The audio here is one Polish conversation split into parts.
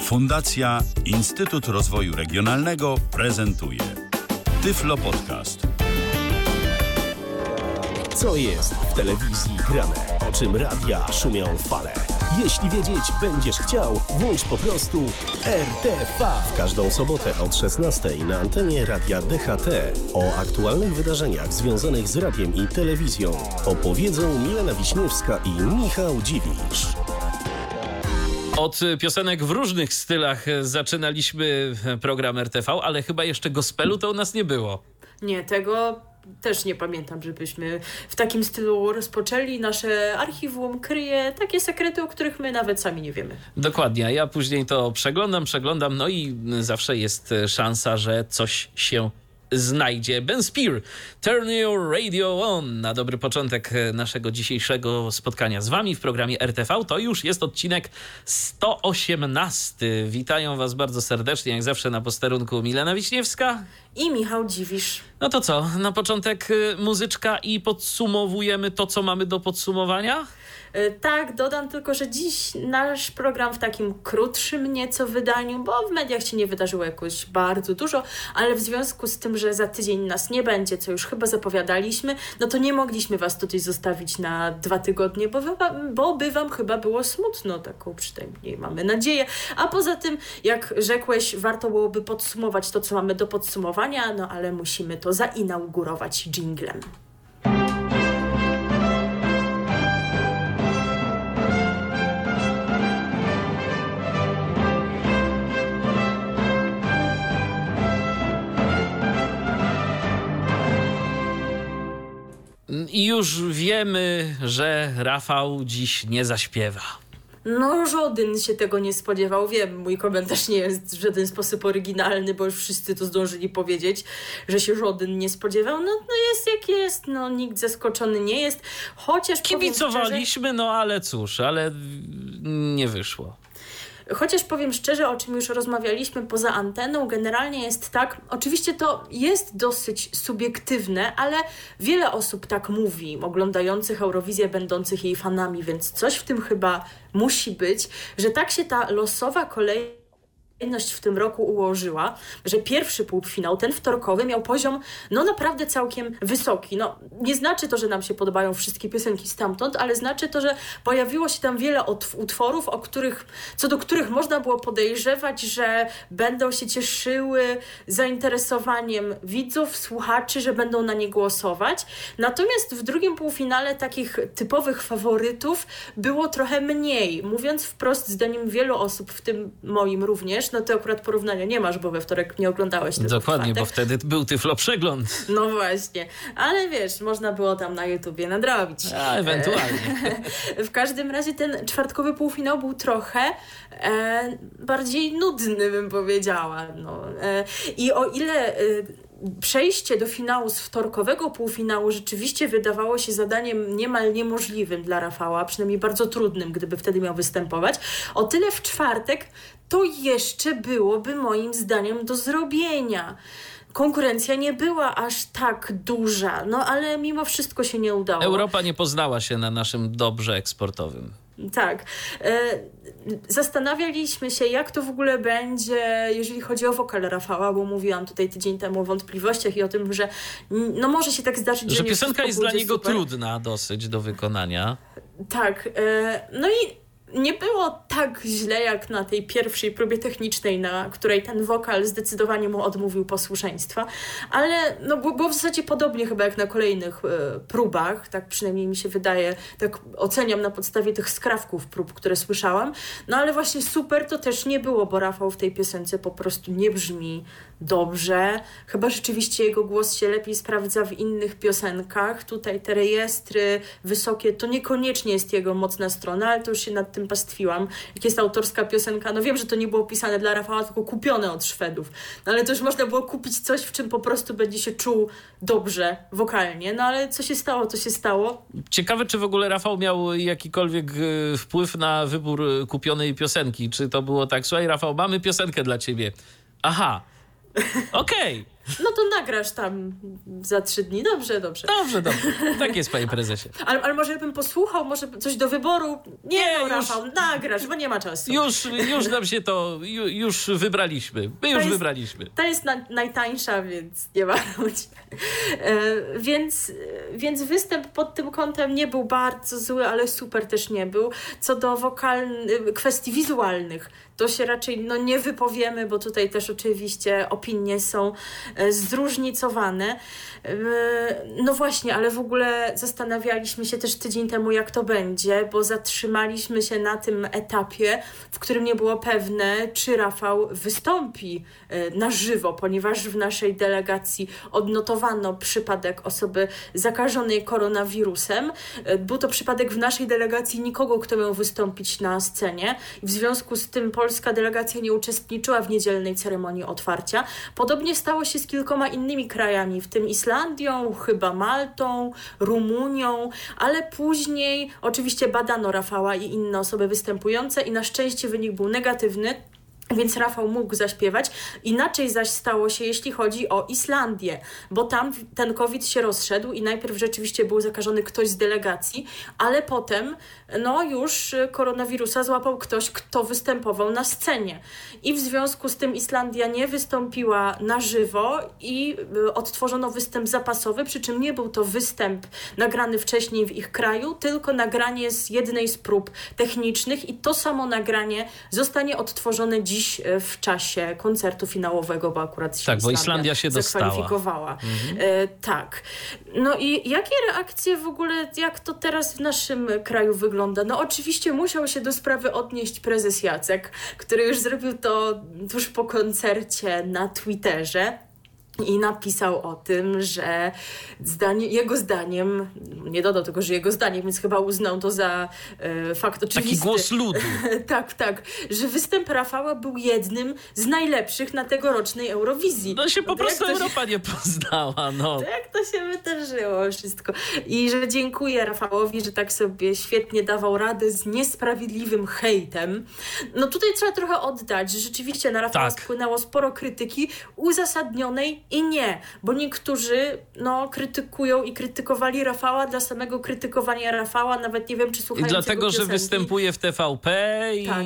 Fundacja Instytut Rozwoju Regionalnego prezentuje Tyflo Podcast. Co jest w telewizji grane? O czym radia szumią fale? Jeśli wiedzieć będziesz chciał, włącz po prostu RTV. W każdą sobotę od 16 na antenie Radia DHT o aktualnych wydarzeniach związanych z radiem i telewizją opowiedzą Milena Wiśniewska i Michał Dziwisz. Od piosenek w różnych stylach zaczynaliśmy program RTV, ale chyba jeszcze gospelu to u nas nie było. Nie, tego też nie pamiętam, żebyśmy w takim stylu rozpoczęli. Nasze archiwum kryje takie sekrety, o których my nawet sami nie wiemy. Dokładnie, a ja później to przeglądam, no i zawsze jest szansa, że coś się znajdzie. Ben Spear, Turn Your Radio On. Na dobry początek naszego dzisiejszego spotkania z wami w programie RTV. To już jest odcinek 118. Witają was bardzo serdecznie, jak zawsze na posterunku Milena Wiśniewska i Michał Dziwisz. No to co, na początek muzyczka i podsumowujemy to, co mamy do podsumowania? Tak, dodam tylko, że dziś nasz program w takim krótszym nieco wydaniu, bo w mediach się nie wydarzyło jakoś bardzo dużo, ale w związku z tym, że za tydzień nas nie będzie, co już chyba zapowiadaliśmy, no to nie mogliśmy was tutaj zostawić na 2 tygodnie, bo by wam chyba było smutno, taką przynajmniej mamy nadzieję. A poza tym, jak rzekłeś, warto byłoby podsumować to, co mamy do podsumowania, no ale musimy to zainaugurować dżinglem. I już wiemy, że Rafał dziś nie zaśpiewa. No, żaden się tego nie spodziewał. Wiem, mój komentarz nie jest w żaden sposób oryginalny, bo już wszyscy to zdążyli powiedzieć, że się żaden nie spodziewał. No jest jak jest, no nikt zaskoczony nie jest. Chociaż kibicowaliśmy, szczerze, no ale cóż, ale nie wyszło. Chociaż powiem szczerze, o czym już rozmawialiśmy poza anteną, generalnie jest tak, oczywiście to jest dosyć subiektywne, ale wiele osób tak mówi, oglądających Eurowizję, będących jej fanami, więc coś w tym chyba musi być, że tak się ta losowa kolejność w tym roku ułożyła, że pierwszy półfinał, ten wtorkowy, miał poziom no naprawdę całkiem wysoki. No nie znaczy to, że nam się podobają wszystkie piosenki stamtąd, ale znaczy to, że pojawiło się tam wiele utworów, co do których można było podejrzewać, że będą się cieszyły zainteresowaniem widzów, słuchaczy, że będą na nie głosować. Natomiast w drugim półfinale takich typowych faworytów było trochę mniej. Mówiąc wprost, zdaniem wielu osób, w tym moim również, no to akurat porównania nie masz, bo we wtorek nie oglądałeś tego. Dokładnie, bo wtedy był Tyflo Przegląd. No właśnie, ale wiesz, można było tam na YouTubie nadrobić. A, ewentualnie. W każdym razie ten czwartkowy półfinał był trochę bardziej nudny, bym powiedziała. No. I o ile przejście do finału z wtorkowego półfinału rzeczywiście wydawało się zadaniem niemal niemożliwym dla Rafała, przynajmniej bardzo trudnym, gdyby wtedy miał występować, o tyle w czwartek to jeszcze byłoby moim zdaniem do zrobienia. Konkurencja nie była aż tak duża, no ale mimo wszystko się nie udało. Europa nie poznała się na naszym dobrze eksportowym. Tak. Zastanawialiśmy się, jak to w ogóle będzie, jeżeli chodzi o wokal Rafała, bo mówiłam tutaj tydzień temu o wątpliwościach i o tym, że no może się tak zdarzyć, że piosenka jest dla niego super. Trudna dosyć do wykonania. Tak. No i nie było tak źle jak na tej pierwszej próbie technicznej, na której ten wokal zdecydowanie mu odmówił posłuszeństwa, ale no było w zasadzie podobnie chyba jak na kolejnych próbach, tak przynajmniej mi się wydaje, tak oceniam na podstawie tych skrawków prób, które słyszałam, no ale właśnie super to też nie było, bo Rafał w tej piosence po prostu nie brzmi dobrze, chyba rzeczywiście jego głos się lepiej sprawdza w innych piosenkach, tutaj te rejestry wysokie, to niekoniecznie jest jego mocna strona, ale to już się nad tym pastwiłam. Jak jest autorska piosenka, no wiem, że to nie było pisane dla Rafała, tylko kupione od Szwedów. No ale to już można było kupić coś, w czym po prostu będzie się czuł dobrze wokalnie. No ale co się stało, to się stało. Ciekawe, czy w ogóle Rafał miał jakikolwiek wpływ na wybór kupionej piosenki. Czy to było tak, słuchaj Rafał, mamy piosenkę dla ciebie. Aha, okej. No to nagrasz tam za 3 dni. Dobrze. Dobrze. Tak jest, panie prezesie. Ale może bym posłuchał, może coś do wyboru? Rafał, nagrasz, bo nie ma czasu. Już nam się to, już wybraliśmy. My już wybraliśmy. To jest najtańsza, więc nie marudź. Więc występ pod tym kątem nie był bardzo zły, ale super też nie był. Co do kwestii wizualnych, to się raczej nie wypowiemy, bo tutaj też oczywiście opinie są zróżnicowane. No właśnie, ale w ogóle zastanawialiśmy się też tydzień temu, jak to będzie, bo zatrzymaliśmy się na tym etapie, w którym nie było pewne, czy Rafał wystąpi na żywo, ponieważ w naszej delegacji odnotowano przypadek osoby zakażonej koronawirusem. Był to przypadek w naszej delegacji nikogo, kto miał wystąpić na scenie. W związku z tym polska delegacja nie uczestniczyła w niedzielnej ceremonii otwarcia. Podobnie stało się z kilkoma innymi krajami, w tym Islandią, chyba Maltą, Rumunią, ale później oczywiście badano Rafała i inne osoby występujące i na szczęście wynik był negatywny. Więc Rafał mógł zaśpiewać. Inaczej zaś stało się, jeśli chodzi o Islandię, bo tam ten COVID się rozszedł i najpierw rzeczywiście był zakażony ktoś z delegacji, ale potem już koronawirusa złapał ktoś, kto występował na scenie. I w związku z tym Islandia nie wystąpiła na żywo i odtworzono występ zapasowy, przy czym nie był to występ nagrany wcześniej w ich kraju, tylko nagranie z jednej z prób technicznych i to samo nagranie zostanie odtworzone dziś w czasie koncertu finałowego, bo akurat się bo Islandia się zakwalifikowała. Tak. No i jakie reakcje w ogóle, jak to teraz w naszym kraju wygląda? No oczywiście musiał się do sprawy odnieść prezes Jacek, który już zrobił to tuż po koncercie na Twitterze. I napisał o tym, że jego zdaniem, nie dodał tego, że jego zdaniem, więc chyba uznał to za fakt oczywisty. Taki głos ludu. tak, że występ Rafała był jednym z najlepszych na tegorocznej Eurowizji. No się po prostu Europa nie poznała, no. Jak to się wydarzyło wszystko. I że dziękuję Rafałowi, że tak sobie świetnie dawał radę z niesprawiedliwym hejtem. No tutaj trzeba trochę oddać, że rzeczywiście na Rafała spłynęło sporo krytyki uzasadnionej i nie, bo niektórzy krytykują i krytykowali Rafała dla samego krytykowania Rafała, nawet nie wiem, czy słuchają tego dlatego, że występuje w TVP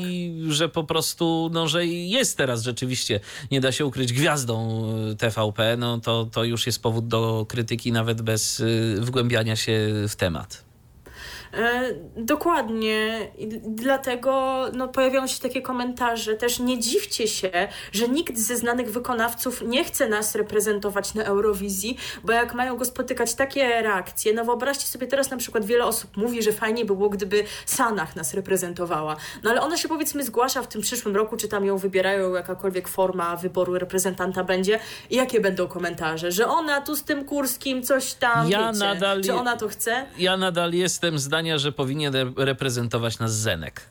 i że po prostu, że jest teraz rzeczywiście, nie da się ukryć, gwiazdą TVP, to już jest powód do krytyki nawet bez wgłębiania się w temat. Dokładnie. I dlatego pojawiają się takie komentarze. Też nie dziwcie się, że nikt ze znanych wykonawców nie chce nas reprezentować na Eurowizji, bo jak mają go spotykać takie reakcje, wyobraźcie sobie teraz na przykład wiele osób mówi, że fajnie by było, gdyby Sanach nas reprezentowała. Ale ona się powiedzmy zgłasza w tym przyszłym roku, czy tam ją wybierają, jakakolwiek forma wyboru reprezentanta będzie. I jakie będą komentarze? Że ona tu z tym Kurskim coś tam, czy ona to chce? Ja nadal jestem zdania, że powinien reprezentować nas Zenek.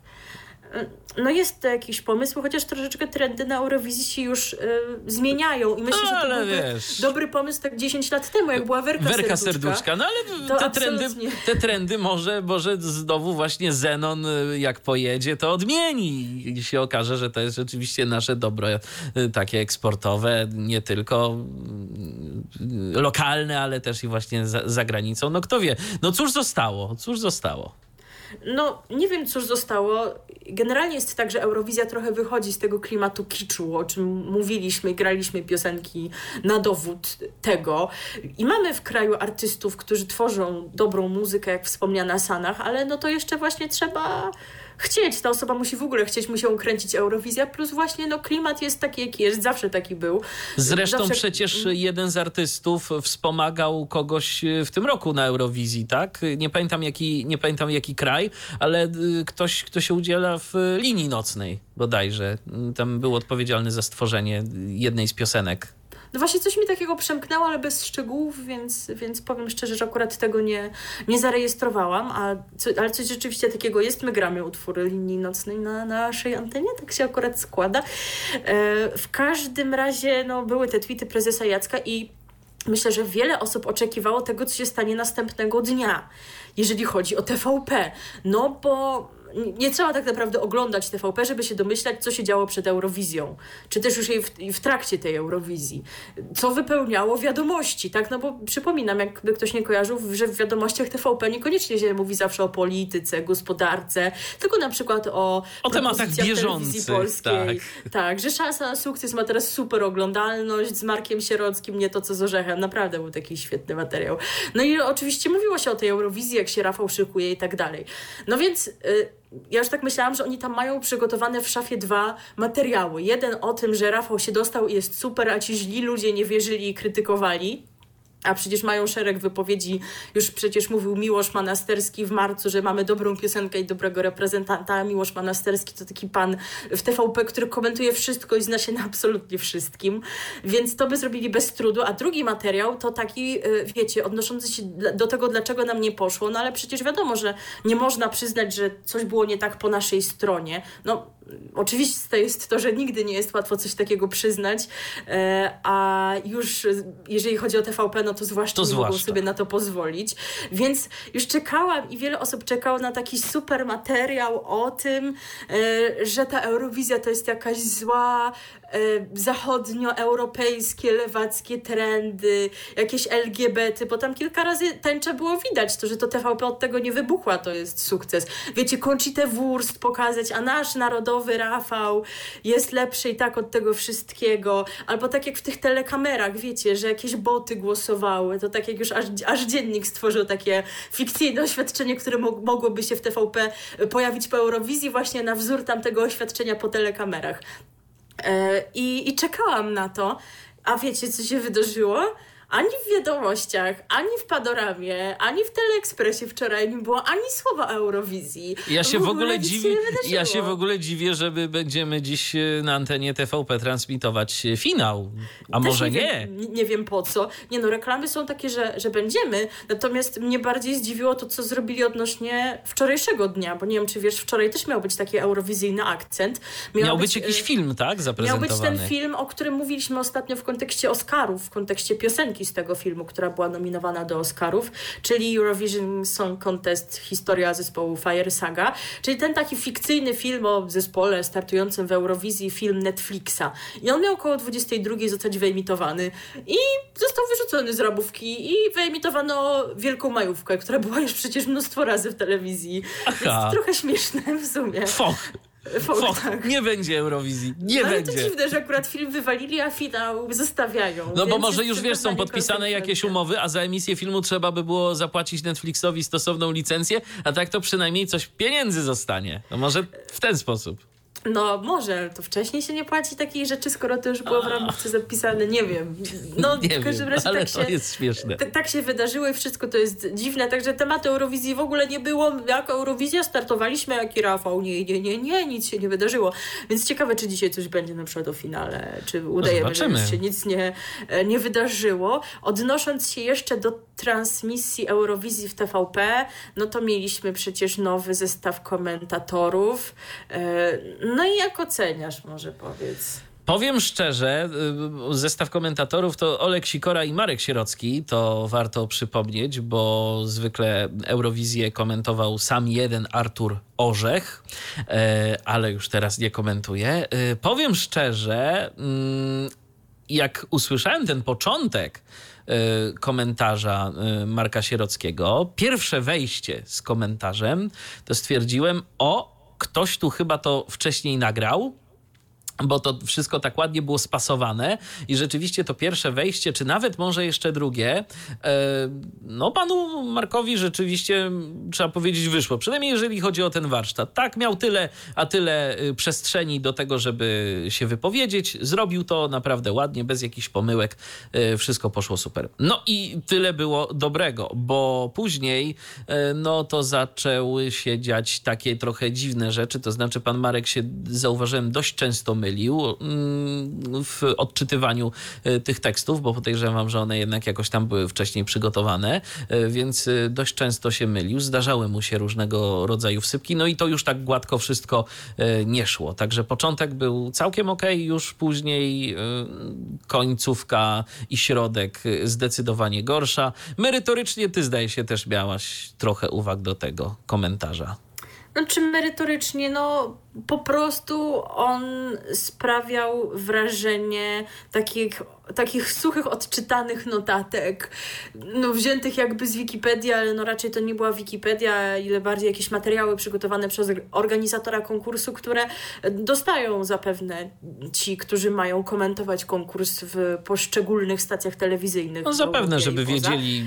Jest to jakiś pomysł, chociaż troszeczkę trendy na Eurowizji się już zmieniają i myślę, że to byłby dobry pomysł tak 10 lat temu, jak była Werka Serduczka. Ale te trendy może znowu właśnie Zenon, jak pojedzie, to odmieni i się okaże, że to jest rzeczywiście nasze dobro takie eksportowe, nie tylko lokalne, ale też i właśnie za granicą. Kto wie. Cóż zostało? Nie wiem, cóż zostało. Generalnie jest tak, że Eurowizja trochę wychodzi z tego klimatu kiczu, o czym mówiliśmy, graliśmy piosenki na dowód tego. I mamy w kraju artystów, którzy tworzą dobrą muzykę, jak wspomniana Sanach, ale to jeszcze właśnie trzeba chcieć. Ta osoba musi w ogóle chcieć, musi ukręcić Eurowizja, plus właśnie klimat jest taki, jaki jest, zawsze taki był. Zresztą przecież jeden z artystów wspomagał kogoś w tym roku na Eurowizji, tak? Nie pamiętam jaki kraj, ale ktoś, kto się udziela w linii nocnej bodajże. Tam był odpowiedzialny za stworzenie jednej z piosenek. Właśnie coś mi takiego przemknęło, ale bez szczegółów, więc powiem szczerze, że akurat tego nie zarejestrowałam, ale coś rzeczywiście takiego jest. My gramy utwory linii nocnej na naszej antenie, tak się akurat składa. W każdym razie były te tweety prezesa Jacka i myślę, że wiele osób oczekiwało tego, co się stanie następnego dnia, jeżeli chodzi o TVP. Bo nie trzeba tak naprawdę oglądać TVP, żeby się domyślać, co się działo przed Eurowizją, czy też już w trakcie tej Eurowizji. Co wypełniało wiadomości, tak? No bo przypominam, jakby ktoś nie kojarzył, że w wiadomościach TVP niekoniecznie się mówi zawsze o polityce, gospodarce, tylko na przykład o tematach bieżących. Telewizji Polskiej. Tak, że szansa na sukces ma teraz super oglądalność z Markiem Sierockim, nie to co z Orzechem. Naprawdę był taki świetny materiał. No i oczywiście mówiło się o tej Eurowizji, jak się Rafał szykuje i tak dalej. No więc ja już tak myślałam, że oni tam mają przygotowane w szafie 2 materiały. Jeden o tym, że Rafał się dostał i jest super, a ci źli ludzie nie wierzyli i krytykowali. A przecież mają szereg wypowiedzi, już przecież mówił Miłosz Manasterski w marcu, że mamy dobrą piosenkę i dobrego reprezentanta, a Miłosz Manasterski to taki pan w TVP, który komentuje wszystko i zna się na absolutnie wszystkim, więc to by zrobili bez trudu, a drugi materiał to taki, wiecie, odnoszący się do tego, dlaczego nam nie poszło, no ale przecież wiadomo, że nie można przyznać, że coś było nie tak po naszej stronie, no oczywiste jest to, że nigdy nie jest łatwo coś takiego przyznać, a już jeżeli chodzi o TVP, no to zwłaszcza nie mogą sobie na to pozwolić. Więc już czekałam i wiele osób czekało na taki super materiał o tym, że ta Eurowizja to jest jakaś zła, zachodnioeuropejskie, lewackie trendy, jakieś LGBT, bo tam kilka razy tęcze było widać, to, że to TVP od tego nie wybuchła, to jest sukces. Wiecie, Conchitę Wurst pokazać, a nasz narodowy Rafał jest lepszy i tak od tego wszystkiego. Albo tak jak w tych telekamerach, wiecie, że jakieś boty głosowały, to tak jak już aż dziennik stworzył takie fikcyjne oświadczenie, które mogłoby się w TVP pojawić po Eurowizji właśnie na wzór tamtego oświadczenia po telekamerach. I czekałam na to, a wiecie, co się wydarzyło? Ani w Wiadomościach, ani w Panoramie, ani w Teleekspresie wczoraj nie było ani słowa o Eurowizji. Ja się w ogóle dziwię, że my będziemy dziś na antenie TVP transmitować finał. A też może nie? Nie wiem po co. Nie no, reklamy są takie, że będziemy. Natomiast mnie bardziej zdziwiło to, co zrobili odnośnie wczorajszego dnia, bo nie wiem, czy wiesz, wczoraj też miał być taki eurowizyjny akcent. Miał być jakiś film, tak? Zaprezentowany. Miał być ten film, o którym mówiliśmy ostatnio w kontekście Oscarów, w kontekście piosenki z tego filmu, która była nominowana do Oscarów, czyli Eurovision Song Contest, historia zespołu Fire Saga, czyli ten taki fikcyjny film o zespole startującym w Eurowizji, film Netflixa. I on miał około 22 zostać wyemitowany i został wyrzucony z ramówki i wyemitowano Wielką Majówkę, która była już przecież mnóstwo razy w telewizji. Aha. Więc trochę śmieszne w sumie. Tak. Nie będzie Eurowizji. Ale to dziwne, że akurat film wywalili, a finał zostawiają. No bo może już wiesz, są podpisane jakieś umowy, a za emisję filmu trzeba by było zapłacić Netflixowi stosowną licencję, a tak to przynajmniej coś pieniędzy zostanie. No może w ten sposób. No może, to wcześniej się nie płaci takich rzeczy, skoro to już było w ramówce zapisane, nie wiem. No nie w każdym razie ale to jest śmieszne. Tak się wydarzyło i wszystko to jest dziwne, także tematu Eurowizji w ogóle nie było. Jak Eurowizja startowaliśmy, jak i Rafał, nie, nic się nie wydarzyło. Więc ciekawe, czy dzisiaj coś będzie na przykład o finale, czy udajemy, że już się nic nie wydarzyło. Odnosząc się jeszcze do transmisji Eurowizji w TVP, no to mieliśmy przecież nowy zestaw komentatorów. No i jak oceniasz, może powiedz? Powiem szczerze, zestaw komentatorów to Olek Sikora i Marek Sierocki, to warto przypomnieć, bo zwykle Eurowizję komentował sam jeden Artur Orzech, ale już teraz nie komentuje. Powiem szczerze, jak usłyszałem ten początek komentarza Marka Sierockiego, pierwsze wejście z komentarzem, to stwierdziłem, ktoś tu chyba to wcześniej nagrał, bo to wszystko tak ładnie było spasowane i rzeczywiście to pierwsze wejście, czy nawet może jeszcze drugie, no panu Markowi rzeczywiście, trzeba powiedzieć, wyszło. Przynajmniej jeżeli chodzi o ten warsztat. Tak, miał tyle przestrzeni do tego, żeby się wypowiedzieć. Zrobił to naprawdę ładnie, bez jakichś pomyłek. Wszystko poszło super. No i tyle było dobrego, bo później no to zaczęły się dziać takie trochę dziwne rzeczy. To znaczy pan Marek się, zauważyłem, dość często mylił w odczytywaniu tych tekstów, bo podejrzewam, że one jednak jakoś tam były wcześniej przygotowane, więc dość często się mylił. Zdarzały mu się różnego rodzaju wsypki, no i to już tak gładko wszystko nie szło. Także początek był całkiem okej, już później końcówka i środek zdecydowanie gorsza. Merytorycznie ty, zdaje się, też miałaś trochę uwag do tego komentarza. Znaczy merytorycznie, po prostu on sprawiał wrażenie takich suchych, odczytanych notatek, wziętych jakby z Wikipedii, ale raczej to nie była Wikipedia, ile bardziej jakieś materiały przygotowane przez organizatora konkursu, które dostają zapewne ci, którzy mają komentować konkurs w poszczególnych stacjach telewizyjnych. Zapewne, żeby wiedzieli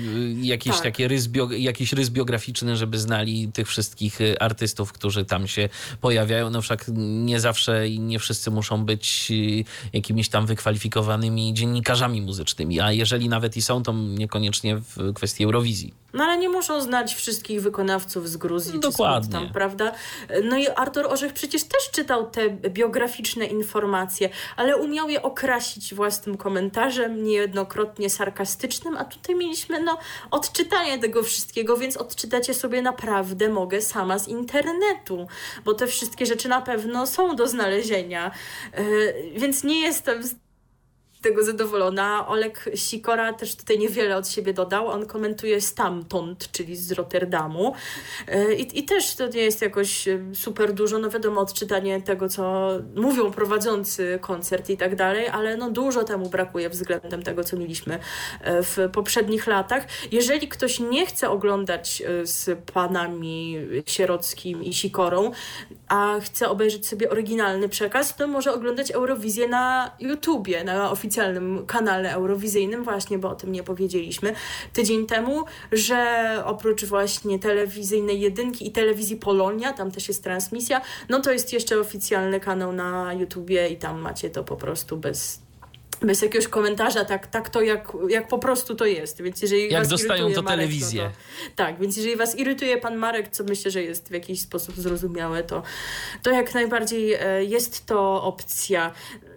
jakiś rys biograficzny, żeby znali tych wszystkich artystów, którzy tam się pojawiają. Wszak nie zawsze i nie wszyscy muszą być jakimiś tam wykwalifikowanymi dziennikarzami muzycznymi, a jeżeli nawet i są, to niekoniecznie w kwestii Eurowizji. Ale nie muszą znać wszystkich wykonawców z Gruzji. Dokładnie. Czy tam, prawda? I Artur Orzech przecież też czytał te biograficzne informacje, ale umiał je okrasić własnym komentarzem, niejednokrotnie sarkastycznym, a tutaj mieliśmy odczytanie tego wszystkiego, więc odczytacie sobie naprawdę mogę sama z internetu, bo te wszystkie rzeczy na pewno są do znalezienia. Więc nie jestem tego zadowolona. Oleg Sikora też tutaj niewiele od siebie dodał. On komentuje stamtąd, czyli z Rotterdamu. I też to nie jest jakoś super dużo. Wiadomo, odczytanie tego, co mówią prowadzący koncert i tak dalej, ale dużo temu brakuje względem tego, co mieliśmy w poprzednich latach. Jeżeli ktoś nie chce oglądać z panami Sierockim i Sikorą, a chce obejrzeć sobie oryginalny przekaz, to może oglądać Eurowizję na YouTubie, na oficjalnym kanale eurowizyjnym, właśnie, bo o tym nie powiedzieliśmy tydzień temu, że oprócz właśnie telewizyjnej Jedynki i telewizji Polonia, tam też jest transmisja, to jest jeszcze oficjalny kanał na YouTubie i tam macie to po prostu bez jakiegoś komentarza, tak to jak po prostu to jest. Więc jeżeli jak was dostają irytuje to Marek, telewizję. Tak, więc jeżeli was irytuje pan Marek, co myślę, że jest w jakiś sposób zrozumiałe, to jak najbardziej jest to opcja.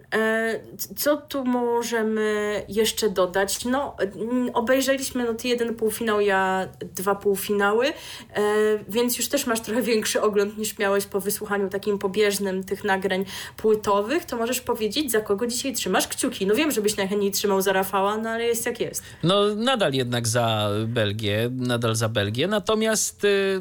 Co tu możemy jeszcze dodać? Obejrzeliśmy ty jeden półfinał, ja 2 półfinały, więc już też masz trochę większy ogląd niż miałeś po wysłuchaniu takim pobieżnym tych nagrań płytowych. To możesz powiedzieć, za kogo dzisiaj trzymasz kciuki? Wiem, żebyś najchętniej trzymał za Rafała, ale jest jak jest. Nadal jednak za Belgię, natomiast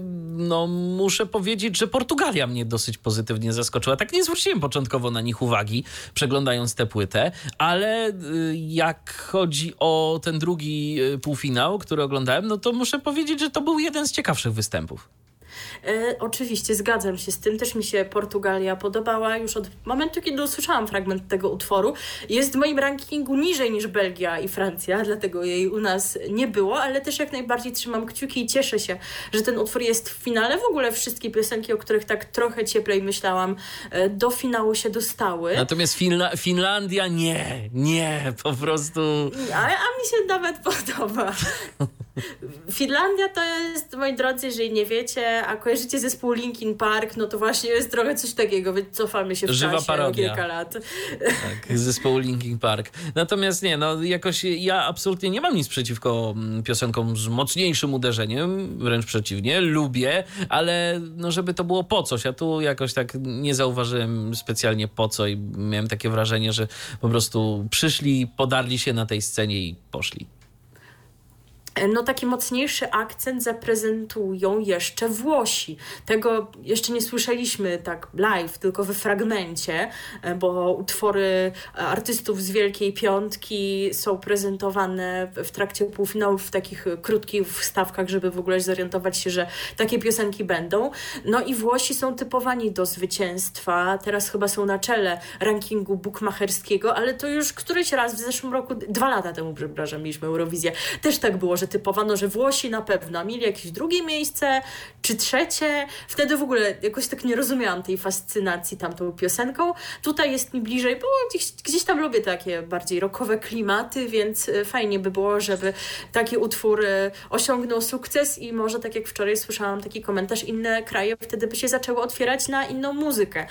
muszę powiedzieć, że Portugalia mnie dosyć pozytywnie zaskoczyła. Tak nie zwróciłem początkowo na nich uwagi, przeglądając tę płytę, ale jak chodzi o ten drugi półfinał, który oglądałem, to muszę powiedzieć, że to był jeden z ciekawszych występów. Oczywiście, zgadzam się z tym. Też mi się Portugalia podobała już od momentu, kiedy usłyszałam fragment tego utworu. Jest w moim rankingu niżej niż Belgia i Francja, dlatego jej u nas nie było, ale też jak najbardziej trzymam kciuki i cieszę się, że ten utwór jest w finale. W ogóle wszystkie piosenki, o których tak trochę cieplej myślałam, do finału się dostały. Natomiast Finlandia nie, po prostu... A mi się nawet podoba. Finlandia to jest, moi drodzy, jeżeli nie wiecie, a kojarzycie zespół Linkin Park, to właśnie jest trochę coś takiego, więc cofamy się w żywa czasie parodia. o kilka lat. Tak, zespołu Linkin Park. Natomiast jakoś ja absolutnie nie mam nic przeciwko piosenkom z mocniejszym uderzeniem, wręcz przeciwnie, lubię, ale żeby to było po coś, a tu jakoś tak nie zauważyłem specjalnie po co i miałem takie wrażenie, że po prostu przyszli, podarli się na tej scenie i poszli. Taki mocniejszy akcent zaprezentują jeszcze Włosi. Tego jeszcze nie słyszeliśmy tak live, tylko we fragmencie, bo utwory artystów z Wielkiej Piątki są prezentowane w trakcie półfinałów w takich krótkich wstawkach, żeby w ogóle zorientować się, że takie piosenki będą. I Włosi są typowani do zwycięstwa. Teraz chyba są na czele rankingu bukmacherskiego, ale to już któryś raz w zeszłym roku, 2 lata temu, przepraszam, mieliśmy Eurowizję. Też tak było, że typowano, że Włosi na pewno mieli jakieś drugie miejsce, czy trzecie. Wtedy w ogóle jakoś tak nie rozumiałam tej fascynacji tamtą piosenką. Tutaj jest mi bliżej, bo gdzieś tam lubię takie bardziej rockowe klimaty, więc fajnie by było, żeby taki utwór osiągnął sukces i może tak jak wczoraj słyszałam taki komentarz, inne kraje wtedy by się zaczęły otwierać na inną muzykę.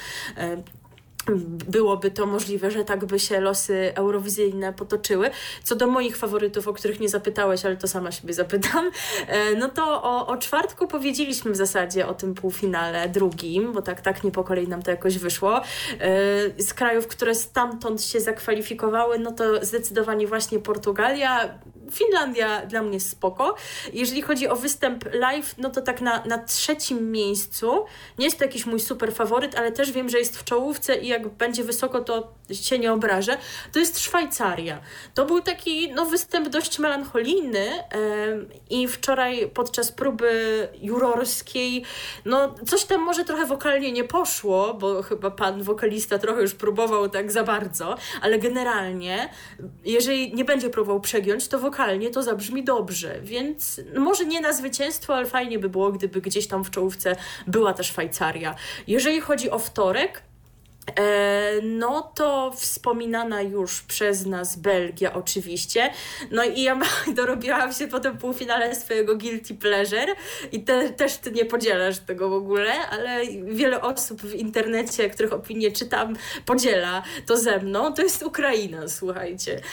Byłoby to możliwe, że tak by się losy eurowizyjne potoczyły. Co do moich faworytów, o których nie zapytałeś, ale to sama siebie zapytam, to o czwartku powiedzieliśmy w zasadzie o tym półfinale drugim, bo tak nie po kolei nam to jakoś wyszło. Z krajów, które stamtąd się zakwalifikowały, to zdecydowanie właśnie Portugalia. Finlandia dla mnie spoko. Jeżeli chodzi o występ live, no to tak na trzecim miejscu. Nie jest to jakiś mój super faworyt, ale też wiem, że jest w czołówce i jak będzie wysoko, to się nie obrażę. To jest Szwajcaria. To był taki występ dość melancholijny i wczoraj podczas próby jurorskiej coś tam może trochę wokalnie nie poszło, bo chyba pan wokalista trochę już próbował tak za bardzo, ale generalnie jeżeli nie będzie próbował przegiąć, to wokalnie to zabrzmi dobrze, więc może nie na zwycięstwo, ale fajnie by było, gdyby gdzieś tam w czołówce była ta Szwajcaria. Jeżeli chodzi o wtorek, no to wspominana już przez nas Belgia oczywiście. No i ja dorobiłam się po tym półfinale swojego guilty pleasure i też ty nie podzielasz tego w ogóle, ale wiele osób w internecie, których opinie czytam, podziela to ze mną. To jest Ukraina, słuchajcie.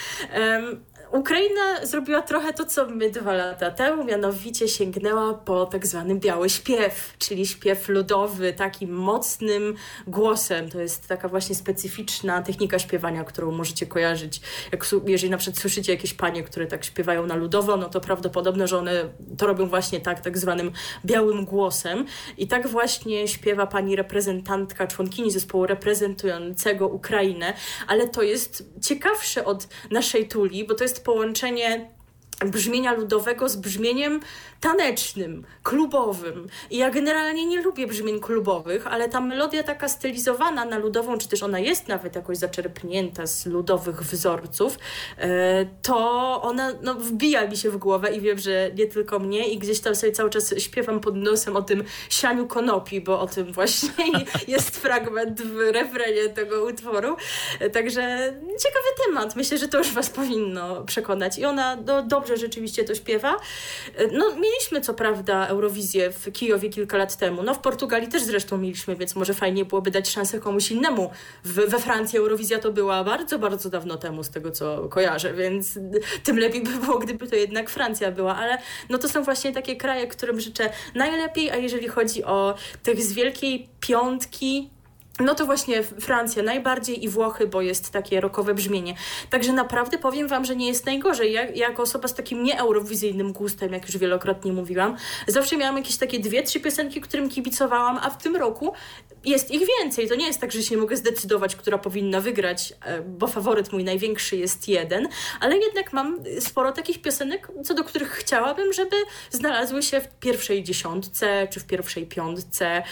Ukraina zrobiła trochę to, co my 2 lata temu, mianowicie sięgnęła po tak zwany biały śpiew, czyli śpiew ludowy, takim mocnym głosem. To jest taka właśnie specyficzna technika śpiewania, którą możecie kojarzyć. Jeżeli na przykład słyszycie jakieś panie, które tak śpiewają na ludowo, no to prawdopodobne, że one to robią właśnie tak zwanym białym głosem. I tak właśnie śpiewa pani reprezentantka, członkini zespołu reprezentującego Ukrainę, ale to jest ciekawsze od naszej Tuli, bo to jest połączenie brzmienia ludowego z brzmieniem tanecznym, klubowym. I ja generalnie nie lubię brzmień klubowych, ale ta melodia taka stylizowana na ludową, czy też ona jest nawet jakoś zaczerpnięta z ludowych wzorców, to ona wbija mi się w głowę i wiem, że nie tylko mnie i gdzieś tam sobie cały czas śpiewam pod nosem o tym sianiu konopi, bo o tym właśnie jest fragment w refrenie tego utworu. Także ciekawy temat. Myślę, że to już was powinno przekonać. I ona dobrze rzeczywiście to śpiewa. Mieliśmy co prawda Eurowizję w Kijowie kilka lat temu. W Portugalii też zresztą mieliśmy, więc może fajnie byłoby dać szansę komuś innemu. We Francji Eurowizja to była bardzo, bardzo dawno temu, z tego co kojarzę, więc tym lepiej by było, gdyby to jednak Francja była, ale to są właśnie takie kraje, którym życzę najlepiej, a jeżeli chodzi o tych z Wielkiej Piątki, no to właśnie Francja najbardziej i Włochy, bo jest takie rockowe brzmienie. Także naprawdę powiem wam, że nie jest najgorzej. Ja jako osoba z takim nieeurowizyjnym gustem, jak już wielokrotnie mówiłam, zawsze miałam jakieś takie 2-3 piosenki, którym kibicowałam, a w tym roku jest ich więcej. To nie jest tak, że się nie mogę zdecydować, która powinna wygrać, bo faworyt mój największy jest jeden, ale jednak mam sporo takich piosenek, co do których chciałabym, żeby znalazły się w pierwszej 10 czy w pierwszej 5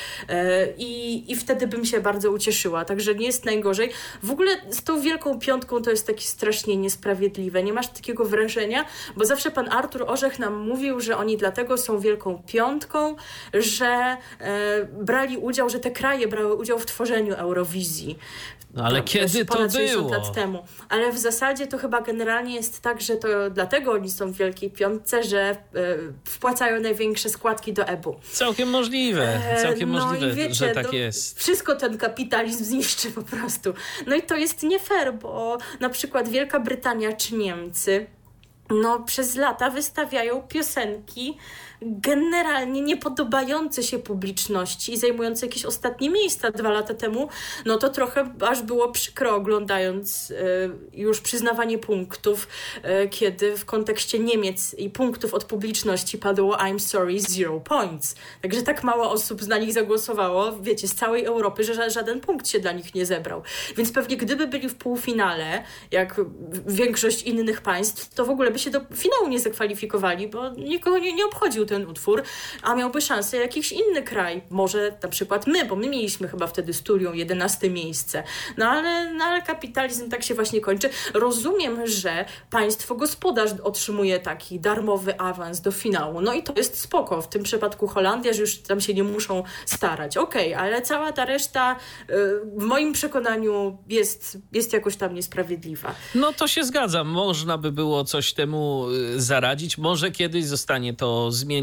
i wtedy bym się bardzo ucieszyła. Także nie jest najgorzej. W ogóle z tą Wielką Piątką to jest takie strasznie niesprawiedliwe. Nie masz takiego wrażenia, bo zawsze pan Artur Orzech nam mówił, że oni dlatego są Wielką Piątką, że brali udział, że te kraje brały udział w tworzeniu Eurowizji. Ale kiedy to ponad 60 było? lat temu. Ale w zasadzie to chyba generalnie jest tak, że to dlatego oni są w Wielkiej Piątce, że wpłacają największe składki do EBU. Całkiem możliwe, i wiecie, że tak jest. Wszystko ten kapitalizm zniszczy po prostu. No i to jest nie fair, bo na przykład Wielka Brytania czy Niemcy przez lata wystawiają piosenki generalnie niepodobające się publiczności i zajmujące jakieś ostatnie miejsca 2 lata temu, to trochę aż było przykro oglądając już przyznawanie punktów, kiedy w kontekście Niemiec i punktów od publiczności padło I'm sorry, 0 points. Także tak mało osób na nich zagłosowało, wiecie, z całej Europy, że żaden punkt się dla nich nie zebrał. Więc pewnie gdyby byli w półfinale, jak większość innych państw, to w ogóle by się do finału nie zakwalifikowali, bo nikogo nie obchodził ten utwór, a miałby szansę jakiś inny kraj. Może na przykład my, bo my mieliśmy chyba wtedy z Tulią 11 miejsce. Ale kapitalizm tak się właśnie kończy. Rozumiem, że państwo gospodarz otrzymuje taki darmowy awans do finału. I to jest spoko. W tym przypadku Holandia, że już tam się nie muszą starać. Okej, ale cała ta reszta w moim przekonaniu jest jakoś tam niesprawiedliwa. To się zgadzam. Można by było coś temu zaradzić. Może kiedyś zostanie to zmienione.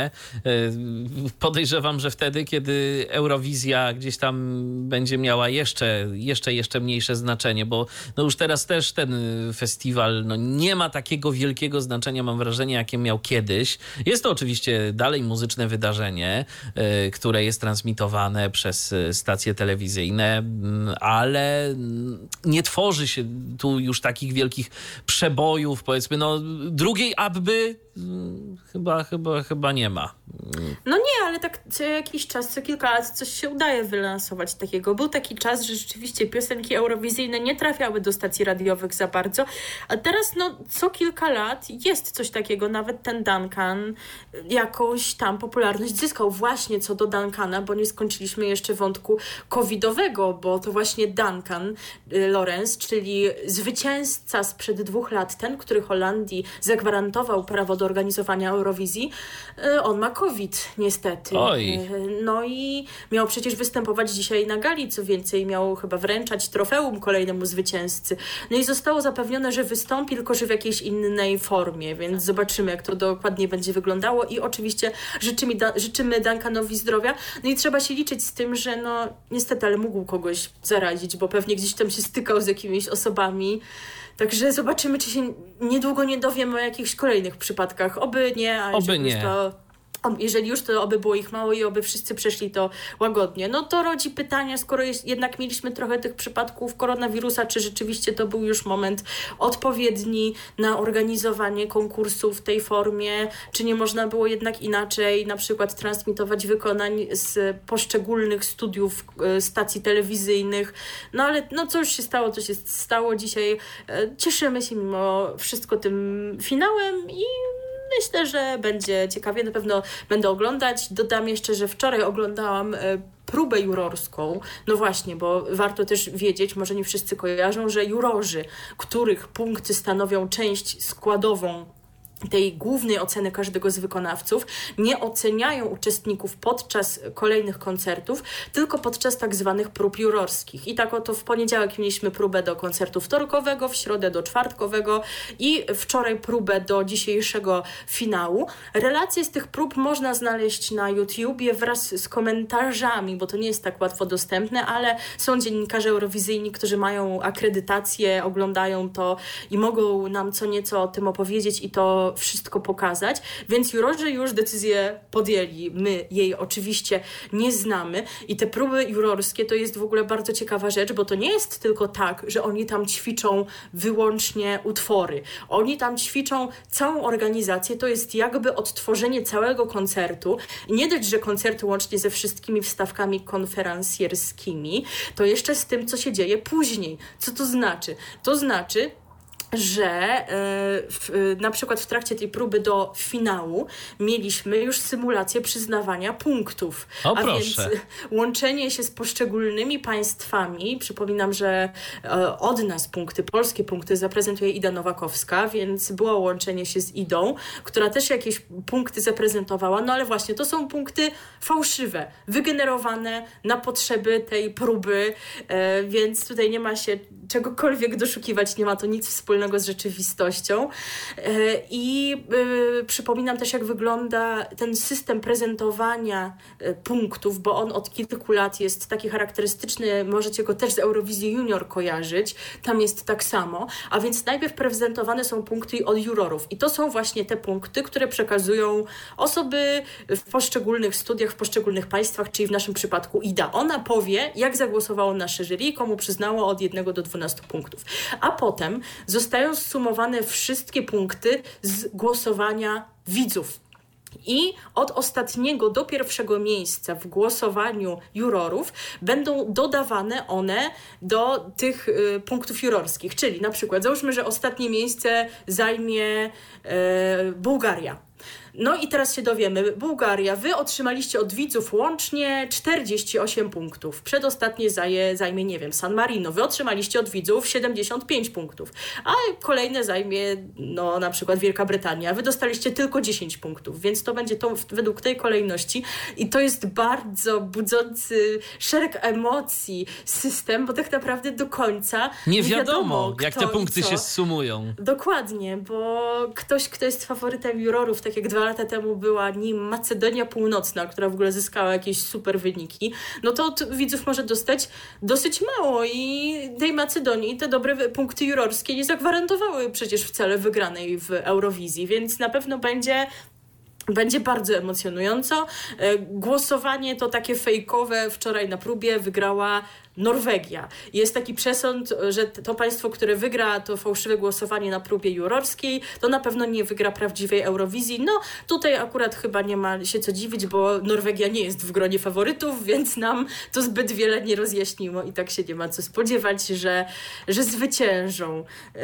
Podejrzewam, że wtedy, kiedy Eurowizja gdzieś tam będzie miała jeszcze mniejsze znaczenie, bo już teraz też ten festiwal nie ma takiego wielkiego znaczenia, mam wrażenie, jakie miał kiedyś. Jest to oczywiście dalej muzyczne wydarzenie, które jest transmitowane przez stacje telewizyjne, ale nie tworzy się tu już takich wielkich przebojów, powiedzmy, no drugiej Abby chyba nie ma. No nie, ale tak co jakiś czas, co kilka lat coś się udaje wylansować takiego. Był taki czas, że rzeczywiście piosenki eurowizyjne nie trafiały do stacji radiowych za bardzo, a teraz co kilka lat jest coś takiego. Nawet ten Duncan jakąś tam popularność zyskał. Właśnie co do Duncana, bo nie skończyliśmy jeszcze wątku covidowego, bo to właśnie Duncan Lawrence, czyli zwycięzca sprzed 2 lat, ten, który Holandii zagwarantował prawo do organizowania Eurowizji, on ma COVID niestety. Oj. No i miał przecież występować dzisiaj na gali, co więcej miał chyba wręczać trofeum kolejnemu zwycięzcy. No i zostało zapewnione, że wystąpi, tylko że w jakiejś innej formie, więc zobaczymy, jak to dokładnie będzie wyglądało i oczywiście życzymy Duncanowi zdrowia. No i trzeba się liczyć z tym, że niestety, ale mógł kogoś zarazić, bo pewnie gdzieś tam się stykał z jakimiś osobami. Także zobaczymy, czy się niedługo nie dowiemy o jakichś kolejnych przypadkach. Oby nie, a jeżeli już to oby było ich mało i oby wszyscy przeszli to łagodnie. No to rodzi pytania, skoro jednak mieliśmy trochę tych przypadków koronawirusa, czy rzeczywiście to był już moment odpowiedni na organizowanie konkursu w tej formie, czy nie można było jednak inaczej na przykład transmitować wykonań z poszczególnych studiów stacji telewizyjnych. No ale co już się stało, to się stało. Dzisiaj cieszymy się mimo wszystko tym finałem i myślę, że będzie ciekawie, na pewno będę oglądać. Dodam jeszcze, że wczoraj oglądałam próbę jurorską. No właśnie, bo warto też wiedzieć, może nie wszyscy kojarzą, że jurorzy, których punkty stanowią część składową tej głównej oceny każdego z wykonawców, nie oceniają uczestników podczas kolejnych koncertów, tylko podczas tak zwanych prób jurorskich. I tak oto w poniedziałek mieliśmy próbę do koncertu wtorkowego, w środę do czwartkowego i wczoraj próbę do dzisiejszego finału. Relacje z tych prób można znaleźć na YouTubie wraz z komentarzami, bo to nie jest tak łatwo dostępne, ale są dziennikarze eurowizyjni, którzy mają akredytację, oglądają to i mogą nam co nieco o tym opowiedzieć i to wszystko pokazać, więc jurorzy już decyzję podjęli. My jej oczywiście nie znamy i te próby jurorskie to jest w ogóle bardzo ciekawa rzecz, bo to nie jest tylko tak, że oni tam ćwiczą wyłącznie utwory. Oni tam ćwiczą całą organizację, to jest jakby odtworzenie całego koncertu. I nie dość, że koncertu łącznie ze wszystkimi wstawkami konferencjerskimi, to jeszcze z tym, co się dzieje później. Co to znaczy? To znaczy, że na przykład w trakcie tej próby do finału mieliśmy już symulację przyznawania punktów. O, proszę. Więc łączenie się z poszczególnymi państwami, przypominam, że od nas polskie punkty zaprezentuje Ida Nowakowska, więc było łączenie się z Idą, która też jakieś punkty zaprezentowała, no ale właśnie to są punkty fałszywe, wygenerowane na potrzeby tej próby, więc tutaj nie ma się czegokolwiek doszukiwać, nie ma to nic wspólnego z rzeczywistością. I przypominam też, jak wygląda ten system prezentowania punktów, bo on od kilku lat jest taki charakterystyczny, możecie go też z Eurowizji Junior kojarzyć, tam jest tak samo, a więc najpierw prezentowane są punkty od jurorów i to są właśnie te punkty, które przekazują osoby w poszczególnych studiach, w poszczególnych państwach, czyli w naszym przypadku Ida. Ona powie, jak zagłosowało nasze jury, komu przyznało od 1 do 12 punktów. A potem zostają zsumowane wszystkie punkty z głosowania widzów. I od ostatniego do pierwszego miejsca w głosowaniu jurorów będą dodawane one do tych punktów jurorskich. Czyli na przykład załóżmy, że ostatnie miejsce zajmie Bułgaria. No i teraz się dowiemy, Bułgaria, wy otrzymaliście od widzów łącznie 48 punktów. Przedostatnie zajmie, nie wiem, San Marino. Wy otrzymaliście od widzów 75 punktów. A kolejne zajmie, na przykład Wielka Brytania. Wy dostaliście tylko 10 punktów, więc to będzie to według tej kolejności. I to jest bardzo budzący szereg emocji system, bo tak naprawdę do końca nie wiadomo jak te punkty się zsumują. Dokładnie, bo ktoś, kto jest faworytem jurorów, tak jak 2 lata temu była nim Macedonia Północna, która w ogóle zyskała jakieś super wyniki, no to od widzów może dostać dosyć mało i tej Macedonii te dobre punkty jurorskie nie zagwarantowały przecież wcale wygranej w Eurowizji, więc na pewno będzie bardzo emocjonująco. Głosowanie to takie fejkowe. Wczoraj na próbie wygrała Norwegia. Jest taki przesąd, że to państwo, które wygra to fałszywe głosowanie na próbie jurorskiej, to na pewno nie wygra prawdziwej Eurowizji. No tutaj akurat chyba nie ma się co dziwić, bo Norwegia nie jest w gronie faworytów, więc nam to zbyt wiele nie rozjaśniło i tak się nie ma co spodziewać, że zwyciężą.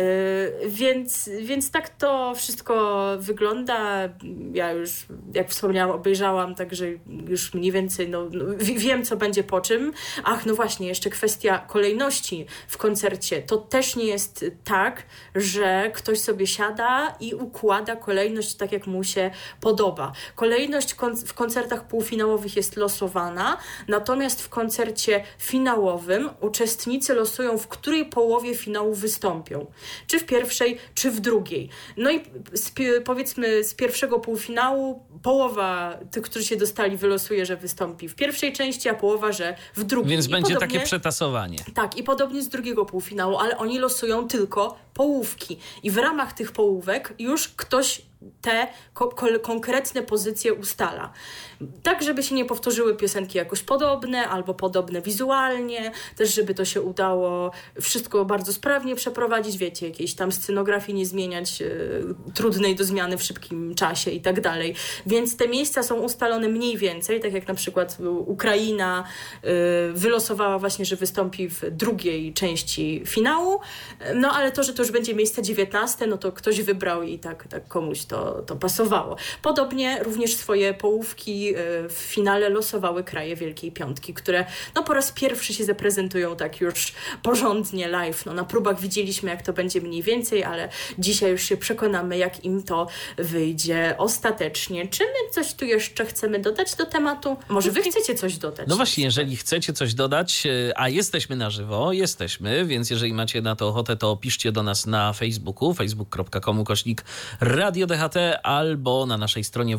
Więc tak to wszystko wygląda. Ja już, jak wspomniałam, obejrzałam, także już mniej więcej wiem, co będzie po czym. Ach, no właśnie, jeszcze kwestia kolejności w koncercie. To też nie jest tak, że ktoś sobie siada i układa kolejność tak, jak mu się podoba. Kolejność w koncertach półfinałowych jest losowana, natomiast w koncercie finałowym uczestnicy losują, w której połowie finału wystąpią. Czy w pierwszej, czy w drugiej. No i powiedzmy z pierwszego półfinału połowa tych, którzy się dostali, wylosuje, że wystąpi w pierwszej części, a połowa, że w drugiej. Więc będzie takie przetasowanie. Tak, i podobnie z drugiego półfinału, ale oni losują tylko połówki. I w ramach tych połówek już ktoś te konkretne pozycje ustala. Tak, żeby się nie powtórzyły piosenki jakoś podobne albo podobne wizualnie, też żeby to się udało wszystko bardzo sprawnie przeprowadzić, wiecie, jakiejś tam scenografii nie zmieniać trudnej do zmiany w szybkim czasie i tak dalej. Więc te miejsca są ustalone mniej więcej, tak jak na przykład Ukraina wylosowała właśnie, że wystąpi w drugiej części finału, no ale to, że to już będzie miejsce 19, no to ktoś wybrał i tak komuś to pasowało. Podobnie również swoje połówki w finale losowały kraje Wielkiej Piątki, które po raz pierwszy się zaprezentują tak już porządnie live. Na próbach widzieliśmy, jak to będzie mniej więcej, ale dzisiaj już się przekonamy, jak im to wyjdzie ostatecznie. Czy my coś tu jeszcze chcemy dodać do tematu? Może wy chcecie coś dodać? No właśnie, jeżeli chcecie coś dodać, a jesteśmy na żywo, więc jeżeli macie na to ochotę, to piszcie do nas na Facebooku, facebook.com/Radio DHT albo na naszej stronie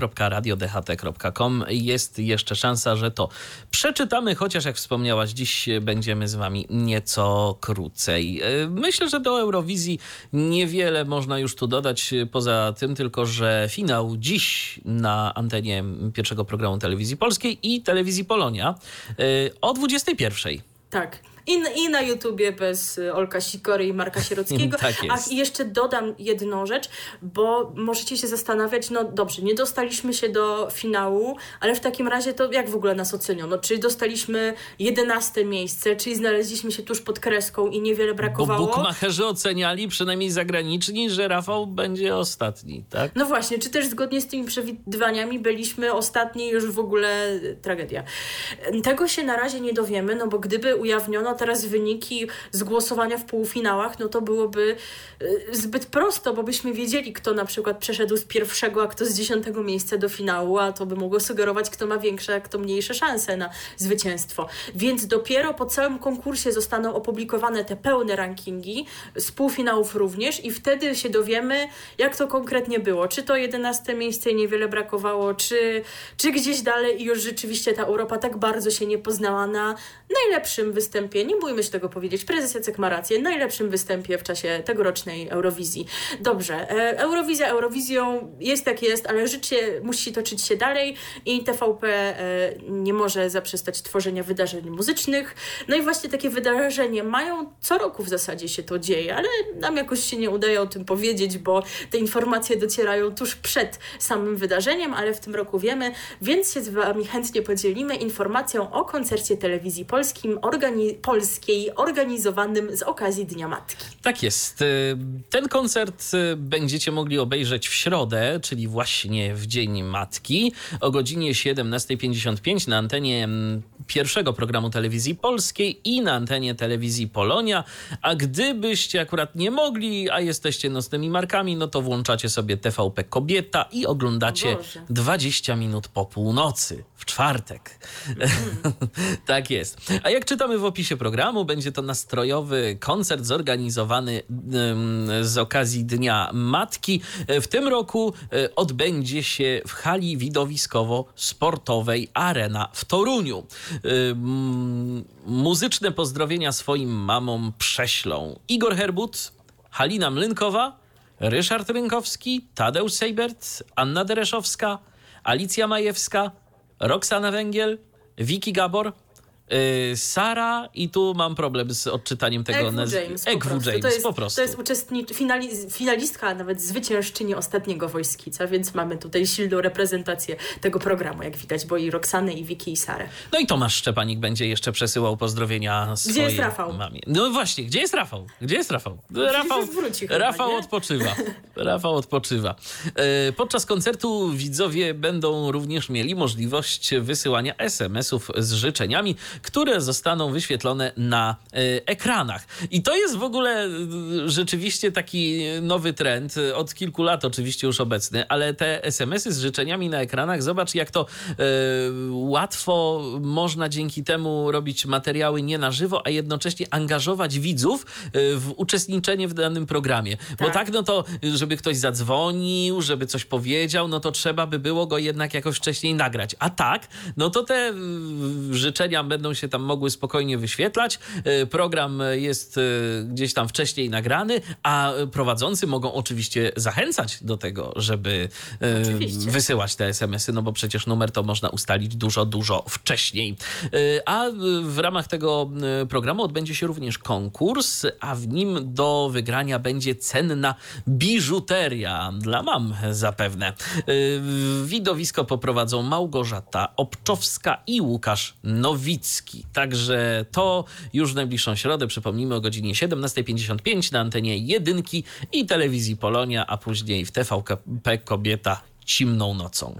www.radiodht.com. Jest jeszcze szansa, że to przeczytamy, chociaż jak wspomniałaś, dziś będziemy z wami nieco krócej. Myślę, że do Eurowizji niewiele można już tu dodać, poza tym tylko, że finał dziś na antenie pierwszego programu Telewizji Polskiej i Telewizji Polonia o 21:00. Tak. I na YouTubie bez Olka Sikory i Marka Sierockiego. Tak jest. I jeszcze dodam jedną rzecz, bo możecie się zastanawiać, dobrze, nie dostaliśmy się do finału, ale w takim razie to jak w ogóle nas oceniono? Czy dostaliśmy 11 miejsce, czyli znaleźliśmy się tuż pod kreską i niewiele brakowało? Bo bukmacherzy oceniali, przynajmniej zagraniczni, że Rafał będzie ostatni, tak? No właśnie, czy też zgodnie z tymi przewidywaniami byliśmy ostatni, już w ogóle tragedia. Tego się na razie nie dowiemy, bo gdyby ujawniono teraz wyniki z głosowania w półfinałach, to byłoby zbyt prosto, bo byśmy wiedzieli, kto na przykład przeszedł z 1., a kto z 10. miejsca do finału, a to by mogło sugerować, kto ma większe, a kto mniejsze szanse na zwycięstwo. Więc dopiero po całym konkursie zostaną opublikowane te pełne rankingi, z półfinałów również, i wtedy się dowiemy, jak to konkretnie było. Czy to 11. miejsce i niewiele brakowało, czy gdzieś dalej i już rzeczywiście ta Europa tak bardzo się nie poznała na najlepszym występie, nie bójmy się tego powiedzieć, prezes Jacek ma rację, najlepszym występie w czasie tegorocznej Eurowizji. Dobrze, Eurowizja Eurowizją jest jak jest, ale życie musi toczyć się dalej i TVP nie może zaprzestać tworzenia wydarzeń muzycznych. No i właśnie takie wydarzenie mają co roku w zasadzie się to dzieje, ale nam jakoś się nie udaje o tym powiedzieć, bo te informacje docierają tuż przed samym wydarzeniem, ale w tym roku wiemy, więc się z wami chętnie podzielimy informacją o koncercie Telewizji Polskiej organizowanym z okazji Dnia Matki. Tak jest. Ten koncert będziecie mogli obejrzeć w środę, czyli właśnie w Dzień Matki o godzinie 17:55 na antenie pierwszego programu Telewizji Polskiej i na antenie Telewizji Polonia. A gdybyście akurat nie mogli, a jesteście nocnymi markami, to włączacie sobie TVP Kobieta i oglądacie 20 minut po północy w czwartek. Tak jest. A jak czytamy w opisie programu, będzie to nastrojowy koncert zorganizowany z okazji Dnia Matki. W tym roku odbędzie się w hali widowiskowo-sportowej Arena w Toruniu. Muzyczne pozdrowienia swoim mamom prześlą Igor Herbut, Halina Mlynkowa, Ryszard Rynkowski, Tadeusz Seibert, Anna Dereszowska, Alicja Majewska, Roxana Węgiel, Wiki Gabor, Sara i tu mam problem z odczytaniem tego Egwu James po prostu. To jest finalistka, a nawet zwyciężczyni ostatniego Wojskica, więc mamy tutaj silną reprezentację tego programu, jak widać, bo i Roxanę, i Wiki, i Sarę. No i Tomasz Szczepanik będzie jeszcze przesyłał pozdrowienia swojej Gdzie jest Rafał? mamie. No właśnie, gdzie jest Rafał? Wróci chyba, Rafał nie? odpoczywa. Rafał odpoczywa. Podczas koncertu widzowie będą również mieli możliwość wysyłania SMS-ów z życzeniami, które zostaną wyświetlone na ekranach. I to jest w ogóle rzeczywiście taki nowy trend, od kilku lat oczywiście już obecny, ale te SMS-y z życzeniami na ekranach, zobacz jak to łatwo można dzięki temu robić materiały nie na żywo, a jednocześnie angażować widzów w uczestniczenie w danym programie. Tak. Bo tak, no to żeby ktoś zadzwonił, żeby coś powiedział, no to trzeba by było go jednak jakoś wcześniej nagrać. A tak, no to te życzenia będą się tam mogły spokojnie wyświetlać. Program jest gdzieś tam wcześniej nagrany, a prowadzący mogą oczywiście zachęcać do tego, żeby wysyłać te SMS-y, no bo przecież numer to można ustalić dużo wcześniej. A w ramach tego programu odbędzie się również konkurs, a w nim do wygrania będzie cenna biżuteria dla mam zapewne. Widowisko poprowadzą Małgorzata Obczowska i Łukasz Nowicki. Także to już w najbliższą środę, przypomnijmy, o godzinie 17:55 na antenie Jedynki i Telewizji Polonia, a później w TVP Kobieta Cimną nocą.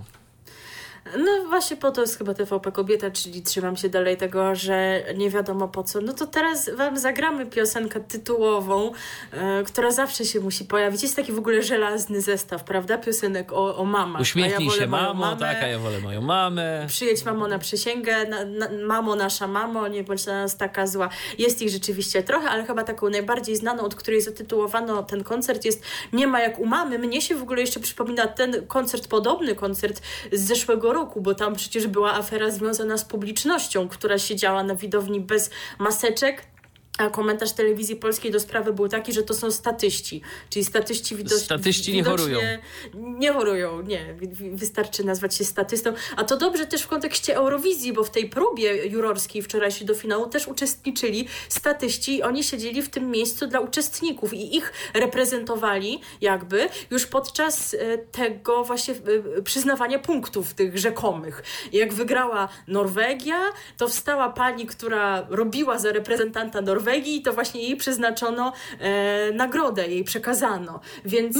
No właśnie po to jest chyba TVP Kobieta, czyli trzymam się dalej tego, że nie wiadomo po co. No to teraz wam zagramy piosenkę tytułową, która zawsze się musi pojawić. Jest taki w ogóle żelazny zestaw, prawda? Piosenek o mamach. Uśmiechnij się mamo, tak, a ja wolę moją mamę. Przyjedź mamo na przysięgę, mamo nasza mamo, nie bądź dla nas taka zła. Jest ich rzeczywiście trochę, ale chyba taką najbardziej znaną, od której zatytułowano ten koncert jest Nie ma jak u mamy. Mnie się w ogóle jeszcze przypomina ten koncert, podobny koncert z zeszłego roku, bo tam przecież była afera związana z publicznością, która siedziała na widowni bez maseczek. A komentarz Telewizji Polskiej do sprawy był taki, że to są statyści. Czyli statyści nie chorują. Nie chorują, nie. Wystarczy nazwać się statystą. A to dobrze też w kontekście Eurowizji, bo w tej próbie jurorskiej wczorajszej do finału też uczestniczyli statyści. Oni siedzieli w tym miejscu dla uczestników i ich reprezentowali jakby już podczas tego właśnie przyznawania punktów tych rzekomych. Jak wygrała Norwegia, to wstała pani, która robiła za reprezentanta Norwegii, to właśnie jej przeznaczono nagrodę, jej przekazano. Więc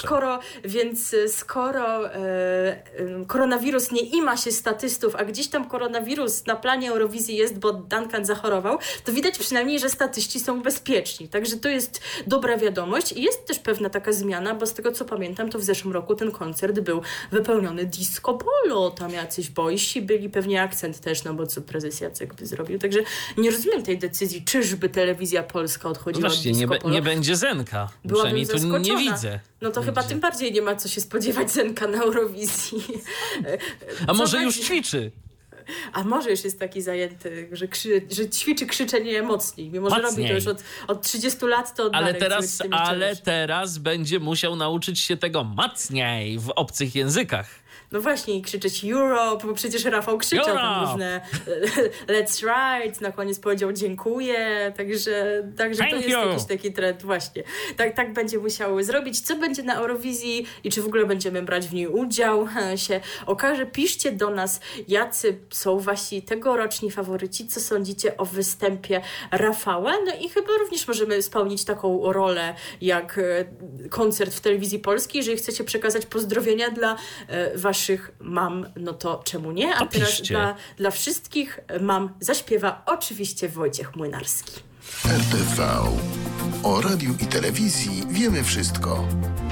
skoro koronawirus nie ima się statystów, a gdzieś tam koronawirus na planie Eurowizji jest, bo Duncan zachorował, to widać przynajmniej, że statyści są bezpieczni. Także to jest dobra wiadomość i jest też pewna taka zmiana, bo z tego co pamiętam, to w zeszłym roku ten koncert był wypełniony disco polo. Tam jacyś boysi byli, pewnie akcent też, no bo co prezes Jacek by zrobił. Także nie rozumiem tej decyzji, czyżby Telewizja Polska odchodziła od disco polo. Nie będzie Zenka. Przynajmniej tu nie widzę. No to chyba tym bardziej nie ma co się spodziewać Zenka na Eurowizji. A może już ćwiczy? A może już jest taki zajęty, że ćwiczy krzyczenie mocniej. Mimo, że robi to już od 30 lat, to ale teraz będzie musiał nauczyć się tego mocniej w obcych językach. No właśnie, i krzyczeć Europe, bo przecież Rafał krzyczał tam różne let's ride, na koniec powiedział dziękuję, także to jest jakiś taki trend właśnie. Tak będzie musiał zrobić. Co będzie na Eurowizji i czy w ogóle będziemy brać w niej udział, się okaże. Piszcie do nas, jacy są wasi tegoroczni faworyci, co sądzicie o występie Rafała. No i chyba również możemy spełnić taką rolę jak koncert w Telewizji Polskiej. Jeżeli chcecie przekazać pozdrowienia dla waszych mam, no to czemu nie? A teraz dla wszystkich mam zaśpiewa oczywiście Wojciech Młynarski. RTV. O radiu i telewizji wiemy wszystko.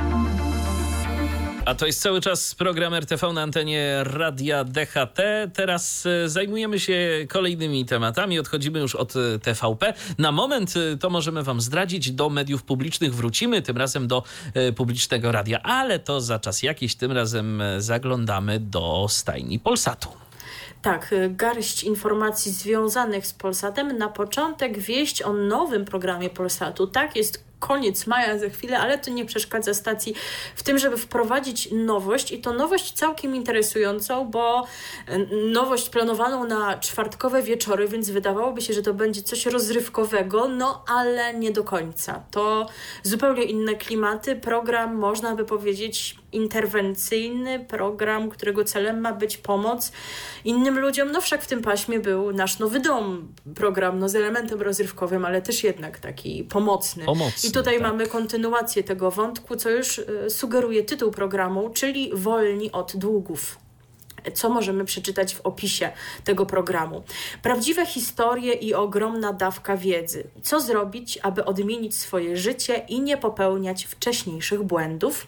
A to jest cały czas program RTV na antenie Radia DHT. Teraz zajmujemy się kolejnymi tematami. Odchodzimy już od TVP. Na moment to możemy wam zdradzić. Do mediów publicznych wrócimy, tym razem do publicznego radia. Ale to za czas jakiś. Tym razem zaglądamy do stajni Polsatu. Tak, garść informacji związanych z Polsatem. Na początek wieść o nowym programie Polsatu. Tak, jest koniec maja za chwilę, ale to nie przeszkadza stacji w tym, żeby wprowadzić nowość i to nowość całkiem interesującą, bo nowość planowaną na czwartkowe wieczory, więc wydawałoby się, że to będzie coś rozrywkowego, no ale nie do końca. To zupełnie inne klimaty. Program, można by powiedzieć, interwencyjny, program, którego celem ma być pomoc innym ludziom. No wszak w tym paśmie był Nasz Nowy Dom, program z elementem rozrywkowym, ale też jednak taki pomocny. I tutaj mamy kontynuację tego wątku, co już sugeruje tytuł programu, czyli Wolni od długów. Co możemy przeczytać w opisie tego programu? Prawdziwe historie i ogromna dawka wiedzy. Co zrobić, aby odmienić swoje życie i nie popełniać wcześniejszych błędów?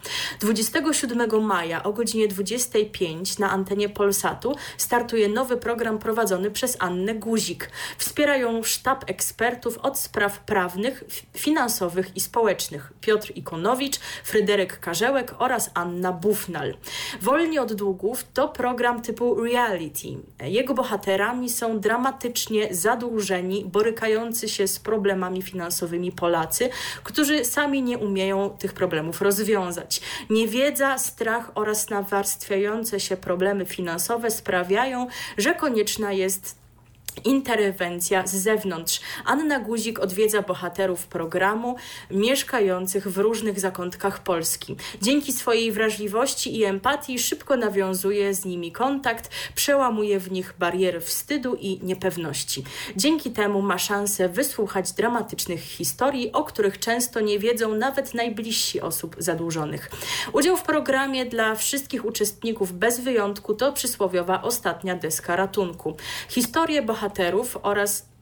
27 maja o godzinie 25 na antenie Polsatu startuje nowy program prowadzony przez Annę Guzik. Wspierają sztab ekspertów od spraw prawnych, finansowych i społecznych. Piotr Ikonowicz, Fryderyk Karzełek oraz Anna Bufnal. Wolni od długów to program typu reality. Jego bohaterami są dramatycznie zadłużeni, borykający się z problemami finansowymi Polacy, którzy sami nie umieją tych problemów rozwiązać. Niewiedza, strach oraz nawarstwiające się problemy finansowe sprawiają, że konieczna jest interwencja z zewnątrz. Anna Guzik odwiedza bohaterów programu mieszkających w różnych zakątkach Polski. Dzięki swojej wrażliwości i empatii szybko nawiązuje z nimi kontakt, przełamuje w nich bariery wstydu i niepewności. Dzięki temu ma szansę wysłuchać dramatycznych historii, o których często nie wiedzą nawet najbliżsi osób zadłużonych. Udział w programie dla wszystkich uczestników bez wyjątku to przysłowiowa ostatnia deska ratunku. Historie bohaterów oraz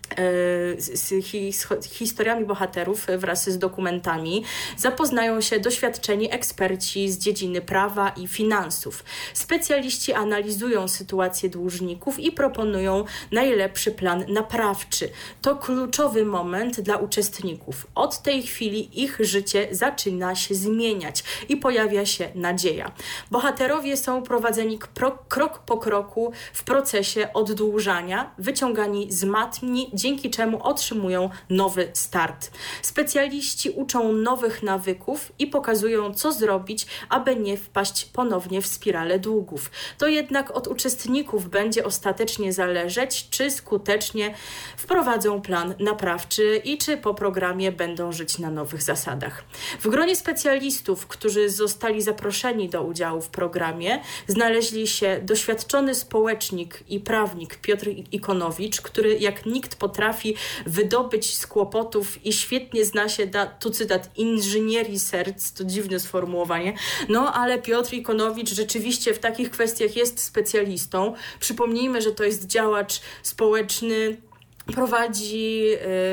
z historiami bohaterów wraz z dokumentami zapoznają się doświadczeni eksperci z dziedziny prawa i finansów. Specjaliści analizują sytuację dłużników i proponują najlepszy plan naprawczy. To kluczowy moment dla uczestników. Od tej chwili ich życie zaczyna się zmieniać i pojawia się nadzieja. Bohaterowie są prowadzeni krok po kroku w procesie oddłużania, wyciągani z matni, dzięki czemu otrzymują nowy start. Specjaliści uczą nowych nawyków i pokazują, co zrobić, aby nie wpaść ponownie w spiralę długów. To jednak od uczestników będzie ostatecznie zależeć, czy skutecznie wprowadzą plan naprawczy i czy po programie będą żyć na nowych zasadach. W gronie specjalistów, którzy zostali zaproszeni do udziału w programie, znaleźli się doświadczony społecznik i prawnik Piotr Ikonowicz, który jak nikt potrafi wydobyć z kłopotów i świetnie zna się, tu cytat, inżynierii serc, to dziwne sformułowanie, no ale Piotr Ikonowicz rzeczywiście w takich kwestiach jest specjalistą. Przypomnijmy, że to jest działacz społeczny, prowadzi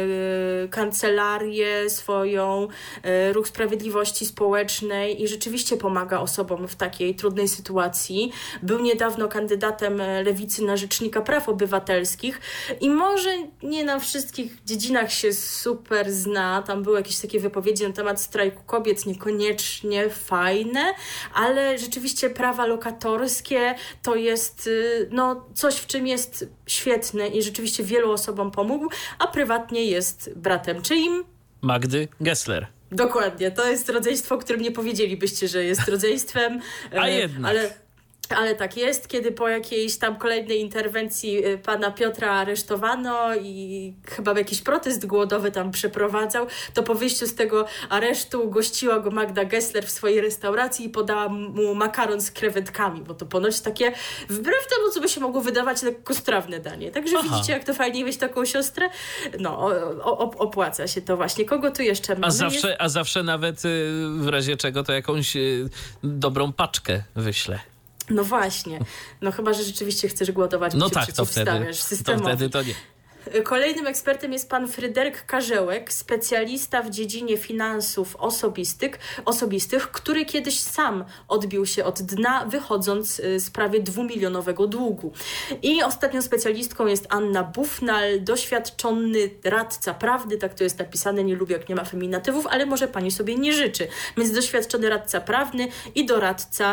kancelarię swoją, Ruch Sprawiedliwości Społecznej i rzeczywiście pomaga osobom w takiej trudnej sytuacji. Był niedawno kandydatem Lewicy na Rzecznika Praw Obywatelskich i może nie na wszystkich dziedzinach się super zna. Tam były jakieś takie wypowiedzi na temat strajku kobiet, niekoniecznie fajne, ale rzeczywiście prawa lokatorskie to jest coś, w czym jest świetny i rzeczywiście wielu osobom pomógł, a prywatnie jest bratem czyim? Magdy Gessler. Dokładnie, to jest rodzeństwo, o którym nie powiedzielibyście, że jest rodzeństwem. A jednak. Ale tak jest, kiedy po jakiejś tam kolejnej interwencji pana Piotra aresztowano i chyba jakiś protest głodowy tam przeprowadzał, to po wyjściu z tego aresztu gościła go Magda Gessler w swojej restauracji i podała mu makaron z krewetkami, bo to ponoć takie, wbrew temu, co by się mogło wydawać, lekko strawne danie. Także widzicie, jak to fajnie mieć taką siostrę? No, opłaca się to właśnie. Kogo tu jeszcze mamy? A zawsze nawet w razie czego to jakąś dobrą paczkę wyślę. No właśnie. No chyba, że rzeczywiście chcesz głodować, bo no się tak, przeciwstawiasz systemowi. To wtedy to nie. Kolejnym ekspertem jest pan Fryderyk Karzełek, specjalista w dziedzinie finansów osobistych, który kiedyś sam odbił się od dna, wychodząc z prawie 2-milionowego długu. I ostatnią specjalistką jest Anna Bufnal, doświadczony radca prawny, tak to jest napisane, nie lubię jak nie ma feminatywów, ale może pani sobie nie życzy. Więc doświadczony radca prawny i doradca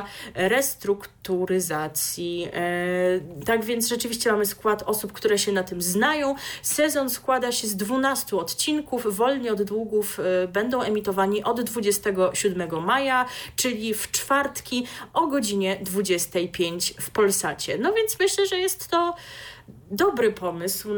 restrukturyzacji. Tak więc rzeczywiście mamy skład osób, które się na tym znają Sezon składa się z 12 odcinków. Wolni od długów będą emitowani od 27 maja, czyli w czwartki o godzinie 25 w Polsacie. No więc myślę, że jest to dobry pomysł.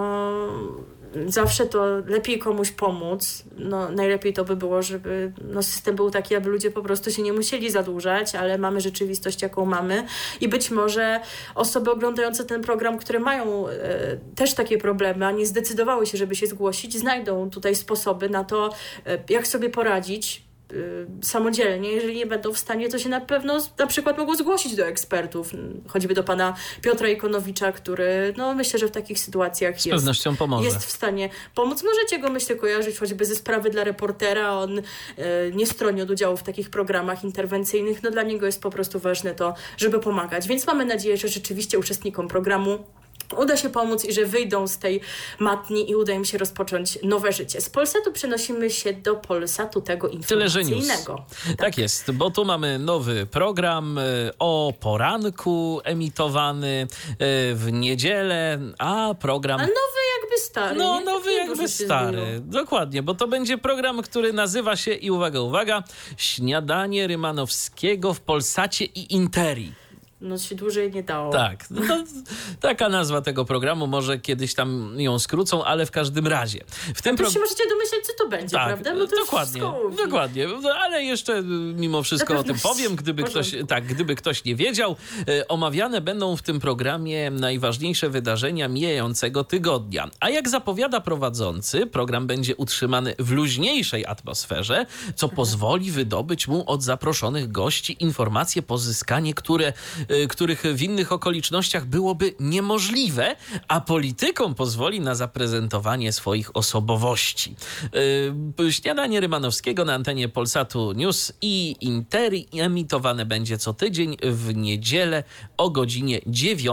Zawsze to lepiej komuś pomóc. Najlepiej to by było, żeby system był taki, aby ludzie po prostu się nie musieli zadłużać, ale mamy rzeczywistość, jaką mamy i być może osoby oglądające ten program, które mają też takie problemy, a nie zdecydowały się, żeby się zgłosić, znajdą tutaj sposoby na to, jak sobie poradzić samodzielnie. Jeżeli nie będą w stanie, to się na pewno na przykład mogą zgłosić do ekspertów, choćby do pana Piotra Ikonowicza, który myślę, że w takich sytuacjach z pewnością pomoże. Jest w stanie pomóc. Możecie go, myślę, kojarzyć choćby ze Sprawy dla reportera. On nie stroni od udziału w takich programach interwencyjnych. Dla niego jest po prostu ważne to, żeby pomagać. Więc mamy nadzieję, że rzeczywiście uczestnikom programu uda się pomóc i że wyjdą z tej matni i uda im się rozpocząć nowe życie. Z Polsatu przenosimy się do Polsatu tego informacyjnego. Tak jest, bo tu mamy nowy program o poranku emitowany w niedzielę, a program... A nowy jakby stary. Nowy jakby stary. Dokładnie, bo to będzie program, który nazywa się, i uwaga, Śniadanie Rymanowskiego w Polsacie i Interi. Się dłużej nie dało. Tak, taka nazwa tego programu, może kiedyś tam ją skrócą, ale w każdym razie. się możecie domyśleć, co to będzie, prawda? To dokładnie, ale jeszcze mimo wszystko o tym powiem, gdyby ktoś nie wiedział. Omawiane będą w tym programie najważniejsze wydarzenia mijającego tygodnia. A jak zapowiada prowadzący, program będzie utrzymany w luźniejszej atmosferze, co pozwoli wydobyć mu od zaproszonych gości informacje, pozyskanie których w innych okolicznościach byłoby niemożliwe, a politykom pozwoli na zaprezentowanie swoich osobowości. Śniadanie Rymanowskiego na antenie Polsatu News i Interi emitowane będzie co tydzień w niedzielę o godzinie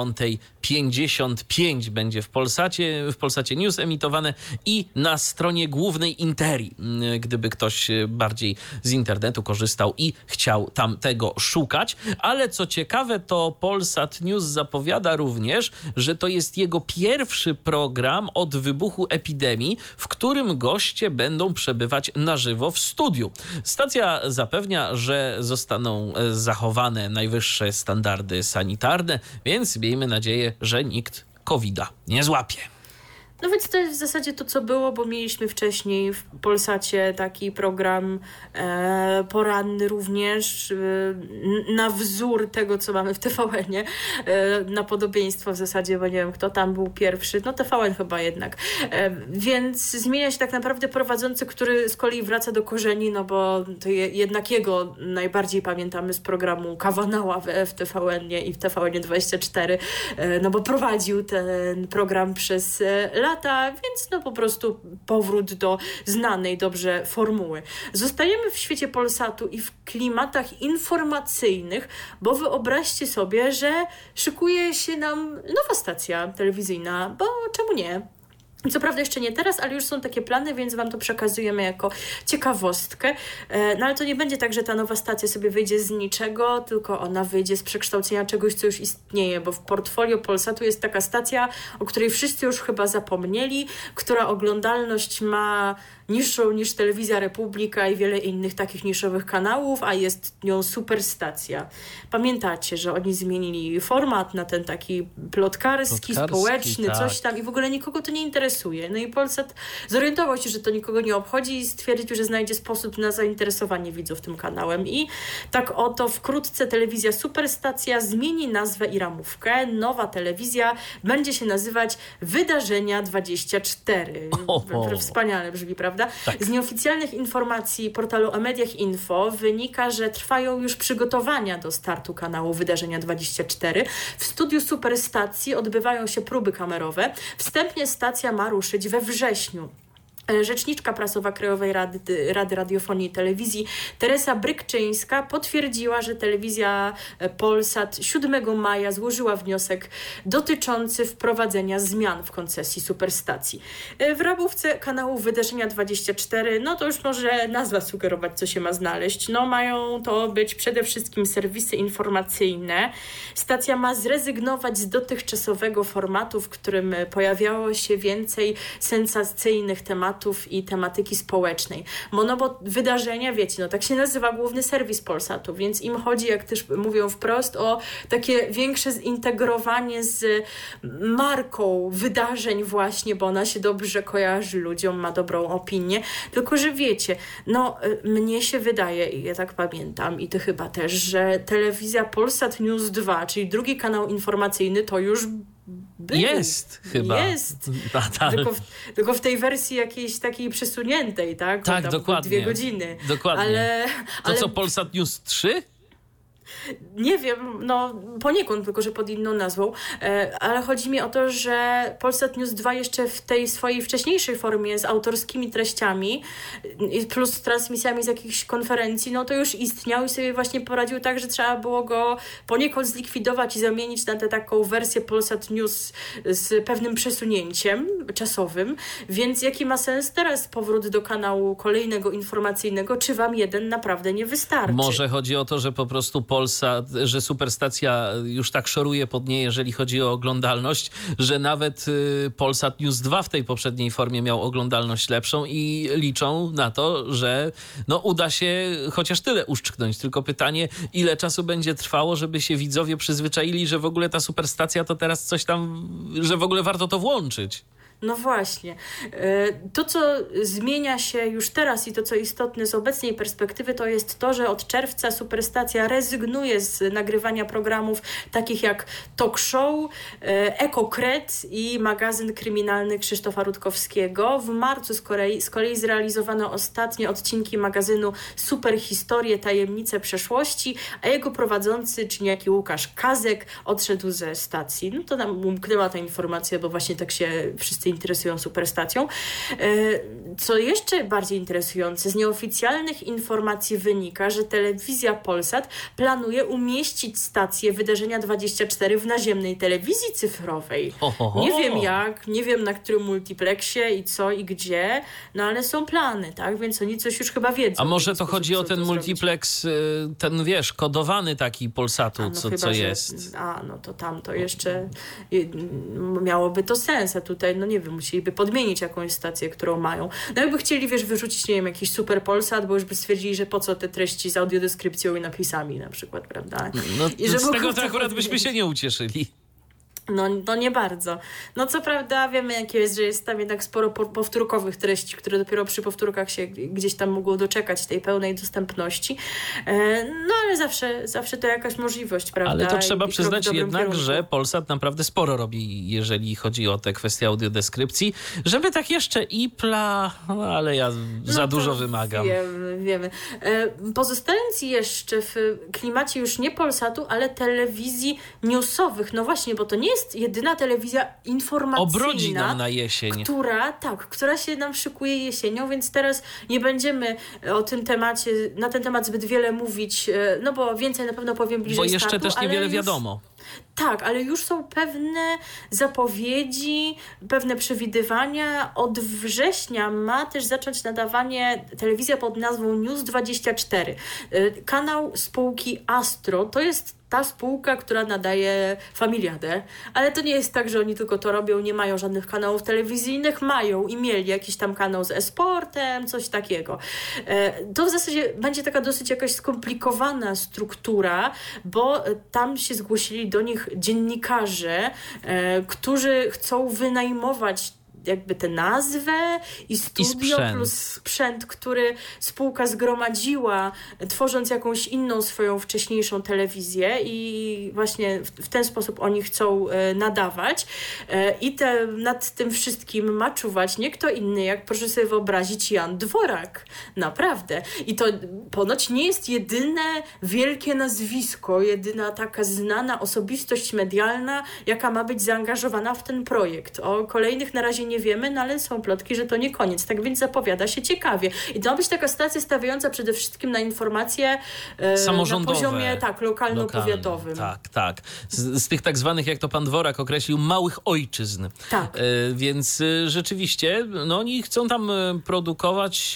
9:55 będzie w Polsacie News emitowane i na stronie głównej Interi, gdyby ktoś bardziej z internetu korzystał i chciał tam tego szukać. Ale co ciekawe, to Polsat News zapowiada również, że to jest jego pierwszy program od wybuchu epidemii, w którym goście będą przebywać na żywo w studiu. Stacja zapewnia, że zostaną zachowane najwyższe standardy sanitarne, więc miejmy nadzieję, że nikt COVID-a nie złapie. Więc to jest w zasadzie to, co było, bo mieliśmy wcześniej w Polsacie taki program poranny również na wzór tego, co mamy w TVN-ie, na podobieństwo w zasadzie, bo nie wiem, kto tam był pierwszy, TVN chyba jednak. Więc zmienia się tak naprawdę prowadzący, który z kolei wraca do korzeni, bo to jednak jego najbardziej pamiętamy z programu Kawanała w TVN-ie i w TVN-ie 24, bo prowadził ten program przez lata, więc po prostu powrót do znanej dobrze formuły. Zostajemy w świecie Polsatu i w klimatach informacyjnych, bo wyobraźcie sobie, że szykuje się nam nowa stacja telewizyjna, bo czemu nie? Co prawda jeszcze nie teraz, ale już są takie plany, więc wam to przekazujemy jako ciekawostkę. Ale to nie będzie tak, że ta nowa stacja sobie wyjdzie z niczego, tylko ona wyjdzie z przekształcenia czegoś, co już istnieje, bo w portfolio Polsatu jest taka stacja, o której wszyscy już chyba zapomnieli, która oglądalność ma niższą niż Telewizja Republika i wiele innych takich niszowych kanałów, a jest nią Superstacja. Pamiętacie, że oni zmienili format na ten taki plotkarski, społeczny, tak. Coś tam i w ogóle nikogo to nie interesuje. I Polsat zorientował się, że to nikogo nie obchodzi i stwierdził, że znajdzie sposób na zainteresowanie widzów tym kanałem. I tak oto wkrótce telewizja Superstacja zmieni nazwę i ramówkę. Nowa telewizja będzie się nazywać Wydarzenia 24. Wspaniale brzmi, prawda? Tak. Z nieoficjalnych informacji portalu o mediach info wynika, że trwają już przygotowania do startu kanału Wydarzenia 24. W studiu Superstacji odbywają się próby kamerowe. Wstępnie stacja ma ruszyć we wrześniu. Rzeczniczka prasowa Krajowej Rady Radiofonii i Telewizji Teresa Brykczyńska potwierdziła, że telewizja Polsat 7 maja złożyła wniosek dotyczący wprowadzenia zmian w koncesji Superstacji. W rabówce kanału Wydarzenia 24, no to już może nazwa sugerować, co się ma znaleźć. No mają to być przede wszystkim serwisy informacyjne. Stacja ma zrezygnować z dotychczasowego formatu, w którym pojawiało się więcej sensacyjnych tematów i tematyki społecznej. Bo wydarzenia, wiecie, no tak się nazywa główny serwis Polsatu, więc im chodzi, jak też mówią wprost, o takie większe zintegrowanie z marką wydarzeń właśnie, bo ona się dobrze kojarzy ludziom, ma dobrą opinię. Tylko, że wiecie, no mnie się wydaje, i ja tak pamiętam, i ty chyba też, że telewizja Polsat News 2, czyli drugi kanał informacyjny, to już był. Jest chyba. Jest. Nadal. Tylko w tej wersji jakiejś takiej przesuniętej, tak? Tak, tam dokładnie. 2 godziny. Dokładnie. Ale co, Polsat News 3? Nie wiem, no poniekąd, tylko że pod inną nazwą, ale chodzi mi o to, że Polsat News 2 jeszcze w tej swojej wcześniejszej formie z autorskimi treściami plus transmisjami z jakichś konferencji, no to już istniał i sobie właśnie poradził tak, że trzeba było go poniekąd zlikwidować i zamienić na tę taką wersję Polsat News z pewnym przesunięciem czasowym, więc jaki ma sens teraz powrót do kanału kolejnego informacyjnego, czy wam jeden naprawdę nie wystarczy? Może chodzi o to, że po prostu że Superstacja już tak szoruje pod niej, jeżeli chodzi o oglądalność, że nawet Polsat News 2 w tej poprzedniej formie miał oglądalność lepszą i liczą na to, że no, uda się chociaż tyle uszczknąć. Tylko pytanie, ile czasu będzie trwało, żeby się widzowie przyzwyczaili, że w ogóle ta Superstacja to teraz coś tam, że w ogóle warto to włączyć. No właśnie. To, co zmienia się już teraz i to, co istotne z obecnej perspektywy, to jest to, że od czerwca Superstacja rezygnuje z nagrywania programów takich jak Talk Show, Ekokret i magazyn kryminalny Krzysztofa Rutkowskiego. W marcu z kolei zrealizowano ostatnie odcinki magazynu Super Historie, Tajemnice Przeszłości, a jego prowadzący, czyli niejaki Łukasz Kazek, odszedł ze stacji. No to nam umknęła ta informacja, bo właśnie tak się wszyscy interesują Superstacją. Co jeszcze bardziej interesujące, z nieoficjalnych informacji wynika, że telewizja Polsat planuje umieścić stację Wydarzenia 24 w naziemnej telewizji cyfrowej. Nie wiem jak, nie wiem na którym multiplexie i co i gdzie, no ale są plany, tak? Więc oni coś już chyba wiedzą. A może to chodzi o ten multiplex, ten wiesz, kodowany taki Polsatu, co jest. No to tam to jeszcze miałoby to sens, a tutaj, no nie wiem, musieliby podmienić jakąś stację, którą mają. No jakby chcieli, wiesz, wyrzucić, nie wiem, jakiś super Polsat, bo już by stwierdzili, że po co te treści z audiodeskrypcją i napisami na przykład, prawda? No, i z tego to akurat byśmy się nie ucieszyli. No nie bardzo. No co prawda wiemy, jakie jest, że jest tam jednak sporo powtórkowych treści, które dopiero przy powtórkach się gdzieś tam mogło doczekać tej pełnej dostępności. No ale zawsze to jakaś możliwość, prawda? Ale to trzeba przyznać jednak, kierunku. że Polsat naprawdę sporo robi, jeżeli chodzi o te kwestie audiodeskrypcji, żeby tak jeszcze ale ja za dużo wymagam. Wiemy. Pozostając jeszcze w klimacie już nie Polsatu, ale telewizji newsowych, no właśnie, bo to nie jest jedyna telewizja informacyjna, obrodzi nam na jesień, która się nam szykuje jesienią, więc teraz nie będziemy na ten temat zbyt wiele mówić, no bo więcej na pewno powiem bliżej bo jeszcze startu, też niewiele wiadomo. Tak, ale już są pewne zapowiedzi, pewne przewidywania. Od września ma też zacząć nadawanie telewizja pod nazwą News24. Kanał spółki Astro, to jest ta spółka, która nadaje Familiadę, ale to nie jest tak, że oni tylko to robią, nie mają żadnych kanałów telewizyjnych, mają i mieli jakiś tam kanał z e-sportem, coś takiego. To w zasadzie będzie taka dosyć jakaś skomplikowana struktura, bo tam się zgłosili do nich dziennikarze, którzy chcą wynajmować jakby tę nazwę i studio plus sprzęt, który spółka zgromadziła, tworząc jakąś inną swoją wcześniejszą telewizję i właśnie w ten sposób oni chcą nadawać. I nad tym wszystkim ma czuwać nie kto inny, jak proszę sobie wyobrazić, Jan Dworak. Naprawdę. I to ponoć nie jest jedyne wielkie nazwisko, jedyna taka znana osobistość medialna, jaka ma być zaangażowana w ten projekt. O kolejnych na razie nie nie wiemy, no ale są plotki, że to nie koniec. Tak więc zapowiada się ciekawie. I to ma być taka stacja stawiająca przede wszystkim na informacje na poziomie lokalno-powiatowym. Tak. Z tych tak zwanych, jak to pan Dworak określił, małych ojczyzn. Tak. Więc rzeczywiście, no oni chcą tam produkować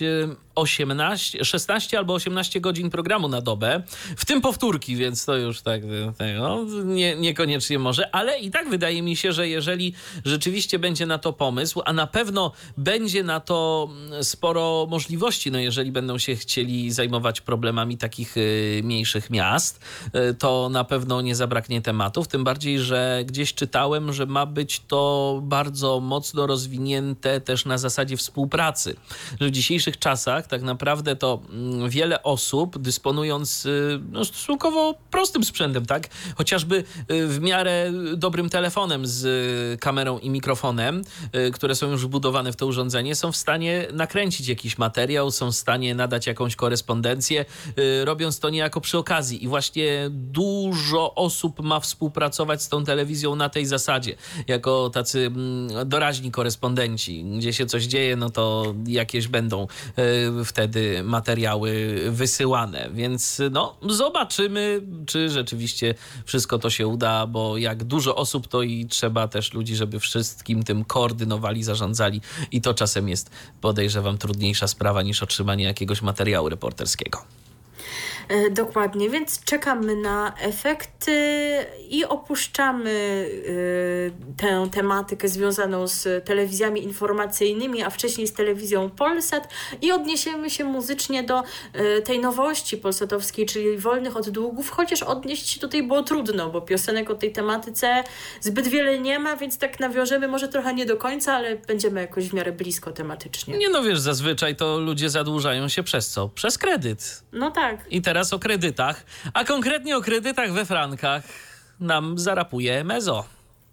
16 albo 18 godzin programu na dobę, w tym powtórki, więc to już tak niekoniecznie może, ale i tak wydaje mi się, że jeżeli rzeczywiście będzie na to pomysł, a na pewno będzie na to sporo możliwości, no jeżeli będą się chcieli zajmować problemami takich mniejszych miast, to na pewno nie zabraknie tematów, tym bardziej, że gdzieś czytałem, że ma być to bardzo mocno rozwinięte też na zasadzie współpracy, że w dzisiejszych czasach tak naprawdę to wiele osób, dysponując stosunkowo prostym sprzętem, tak, chociażby w miarę dobrym telefonem z kamerą i mikrofonem, które są już wbudowane w to urządzenie, są w stanie nakręcić jakiś materiał, są w stanie nadać jakąś korespondencję, robiąc to niejako przy okazji. I właśnie dużo osób ma współpracować z tą telewizją na tej zasadzie, jako tacy doraźni korespondenci. Gdzie się coś dzieje, no to jakieś będą wtedy materiały wysyłane. Więc zobaczymy, czy rzeczywiście wszystko to się uda, bo jak dużo osób, to i trzeba też ludzi, żeby wszystkim tym koordynowali, zarządzali i to czasem jest, podejrzewam, trudniejsza sprawa niż otrzymanie jakiegoś materiału reporterskiego. Dokładnie, więc czekamy na efekty i opuszczamy tę tematykę związaną z telewizjami informacyjnymi, a wcześniej z telewizją Polsat i odniesiemy się muzycznie do tej nowości polsatowskiej, czyli Wolnych od długów, chociaż odnieść się tutaj było trudno, bo piosenek o tej tematyce zbyt wiele nie ma, więc tak nawiążemy, może trochę nie do końca, ale będziemy jakoś w miarę blisko tematycznie. Nie no wiesz, zazwyczaj to ludzie zadłużają się przez co? Przez kredyt. No tak. I teraz o kredytach, a konkretnie o kredytach we frankach nam zarapuje Mezo.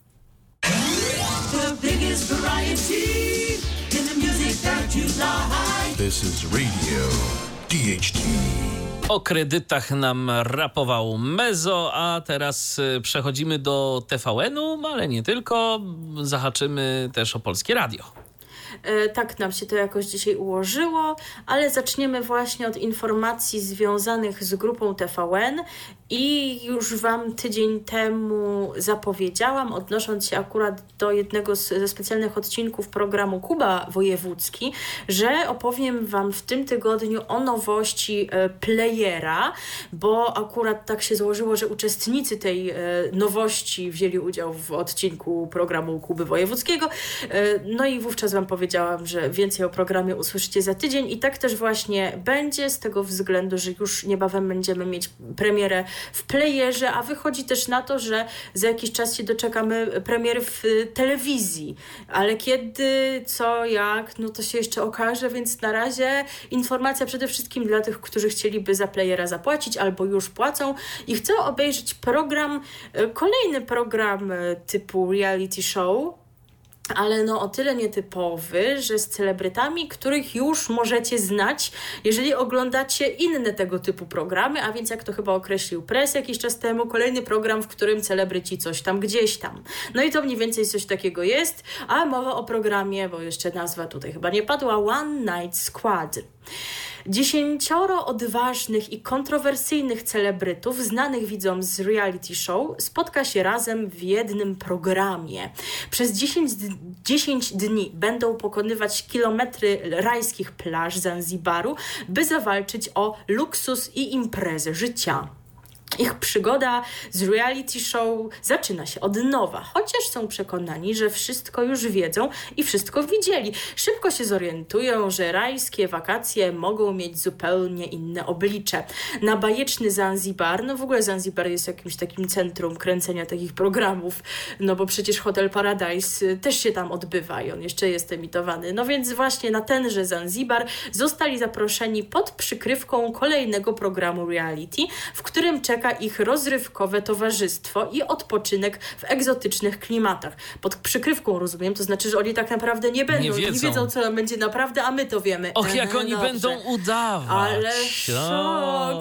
This is Radio DHT. O kredytach nam rapował Mezo, a teraz przechodzimy do TVN-u, ale nie tylko, zahaczymy też o Polskie Radio. Tak nam się to jakoś dzisiaj ułożyło, ale zaczniemy właśnie od informacji związanych z grupą TVN i już Wam tydzień temu zapowiedziałam, odnosząc się akurat do jednego ze specjalnych odcinków programu Kuba Wojewódzki, że opowiem Wam w tym tygodniu o nowości playera, bo akurat tak się złożyło, że uczestnicy tej nowości wzięli udział w odcinku programu Kuby Wojewódzkiego. No i wówczas Wam powiedziałam, że więcej o programie usłyszycie za tydzień i tak też właśnie będzie, z tego względu, że już niebawem będziemy mieć premierę w playerze, a wychodzi też na to, że za jakiś czas się doczekamy premiery w telewizji. Ale kiedy, co, jak, no to się jeszcze okaże, więc na razie informacja przede wszystkim dla tych, którzy chcieliby za playera zapłacić albo już płacą i chcą obejrzeć program, kolejny program typu reality show, ale no o tyle nietypowy, że z celebrytami, których już możecie znać, jeżeli oglądacie inne tego typu programy, a więc jak to chyba określił Press jakiś czas temu, kolejny program, w którym celebryci coś tam, gdzieś tam. No i to mniej więcej coś takiego jest, a mowa o programie, bo jeszcze nazwa tutaj chyba nie padła, One Night Squad. 10 odważnych i kontrowersyjnych celebrytów, znanych widzom z reality show, spotka się razem w jednym programie. Przez 10 dni będą pokonywać kilometry rajskich plaż Zanzibaru, by zawalczyć o luksus i imprezę życia. Ich przygoda z reality show zaczyna się od nowa, chociaż są przekonani, że wszystko już wiedzą i wszystko widzieli. Szybko się zorientują, że rajskie wakacje mogą mieć zupełnie inne oblicze. Na bajeczny Zanzibar, no w ogóle Zanzibar jest jakimś takim centrum kręcenia takich programów, no bo przecież Hotel Paradise też się tam odbywa i on jeszcze jest emitowany. No więc właśnie na tenże Zanzibar zostali zaproszeni pod przykrywką kolejnego programu reality, w którym czeka czeka ich rozrywkowe towarzystwo i odpoczynek w egzotycznych klimatach. Pod przykrywką, rozumiem, to znaczy, że oni tak naprawdę nie wiedzą, co nam będzie naprawdę, a my to wiemy. Och, jak oni będą udawać. Ale szok.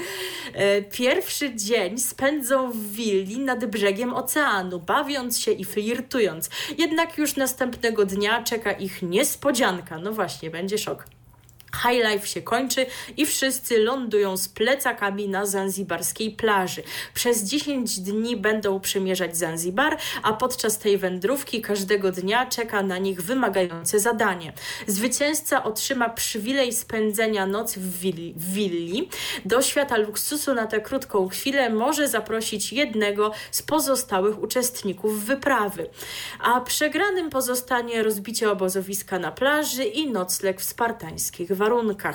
Pierwszy dzień spędzą w willi nad brzegiem oceanu, bawiąc się i flirtując. Jednak już następnego dnia czeka ich niespodzianka. No właśnie, będzie szok. High Life się kończy i wszyscy lądują z plecakami na zanzibarskiej plaży. Przez 10 dni będą przemierzać Zanzibar, a podczas tej wędrówki każdego dnia czeka na nich wymagające zadanie. Zwycięzca otrzyma przywilej spędzenia nocy w willi. Do świata luksusu na tę krótką chwilę może zaprosić jednego z pozostałych uczestników wyprawy. A przegranym pozostanie rozbicie obozowiska na plaży i nocleg w spartańskich warunkach.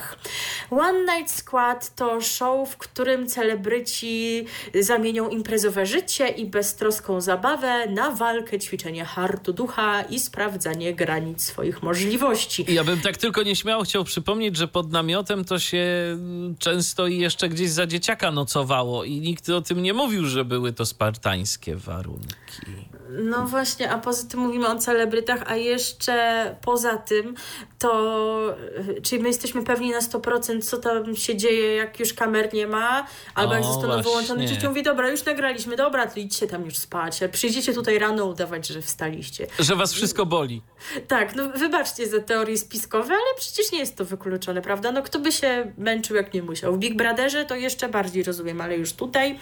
One Night Squad to show, w którym celebryci zamienią imprezowe życie i beztroską zabawę na walkę, ćwiczenie hartu ducha i sprawdzanie granic swoich możliwości. Ja bym tak tylko nieśmiało chciał przypomnieć, że pod namiotem to się często i jeszcze gdzieś za dzieciaka nocowało i nikt o tym nie mówił, że były to spartańskie warunki. No właśnie, a poza tym mówimy o celebrytach, a jeszcze poza tym to, czyli my jesteśmy pewni na 100%, co tam się dzieje, jak już kamer nie ma, albo jak zostaną wyłączone, dzieci mówi, dobra, już nagraliśmy, dobra, to idźcie tam już spać, przyjdziecie tutaj rano udawać, że wstaliście. Że was wszystko boli. Tak, no wybaczcie za teorie spiskowe, ale przecież nie jest to wykluczone, prawda? No kto by się męczył, jak nie musiał. W Big Brotherze to jeszcze bardziej rozumiem, ale już tutaj.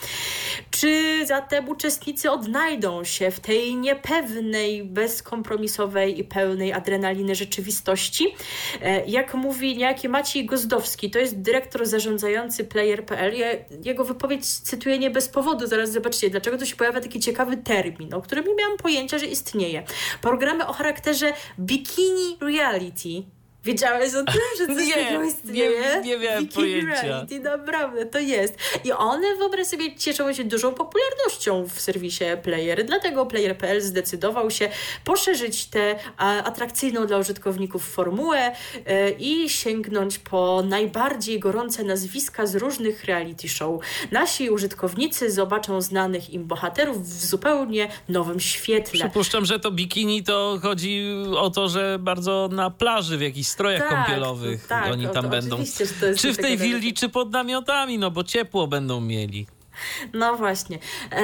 Czy zatem uczestnicy odnajdą się w tej niepewnej, bezkompromisowej i pełnej adrenaliny rzeczywistości? Jak mówi niejaki Maciej Gozdowski, to jest dyrektor zarządzający Player.pl. Jego wypowiedź cytuję nie bez powodu, zaraz zobaczycie, dlaczego tu się pojawia taki ciekawy termin, o którym nie miałam pojęcia, że istnieje. Programy o charakterze bikini reality. Wiedziałeś o tym, że coś takiego istnieje? Nie miałem pojęcia. Reality, naprawdę, to jest. I one, wyobraź sobie, cieszą się dużą popularnością w serwisie Player. Dlatego Player.pl zdecydował się poszerzyć tę atrakcyjną dla użytkowników formułę i sięgnąć po najbardziej gorące nazwiska z różnych reality show. Nasi użytkownicy zobaczą znanych im bohaterów w zupełnie nowym świetle. Przypuszczam, że to bikini to chodzi o to, że bardzo na plaży w jakichś strojach kąpielowych oni tam będą. Czy w tej willi, czy pod namiotami, no bo ciepło będą mieli. No właśnie.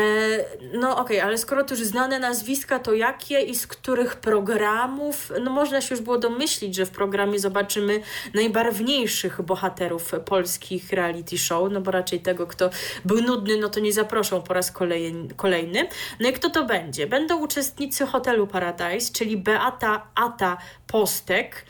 No okej, ale skoro to już znane nazwiska, to jakie i z których programów? No można się już było domyślić, że w programie zobaczymy najbarwniejszych bohaterów polskich reality show, no bo raczej tego, kto był nudny, no to nie zaproszą po raz kolejny. No i kto to będzie? Będą uczestnicy Hotelu Paradise, czyli Beata Postek,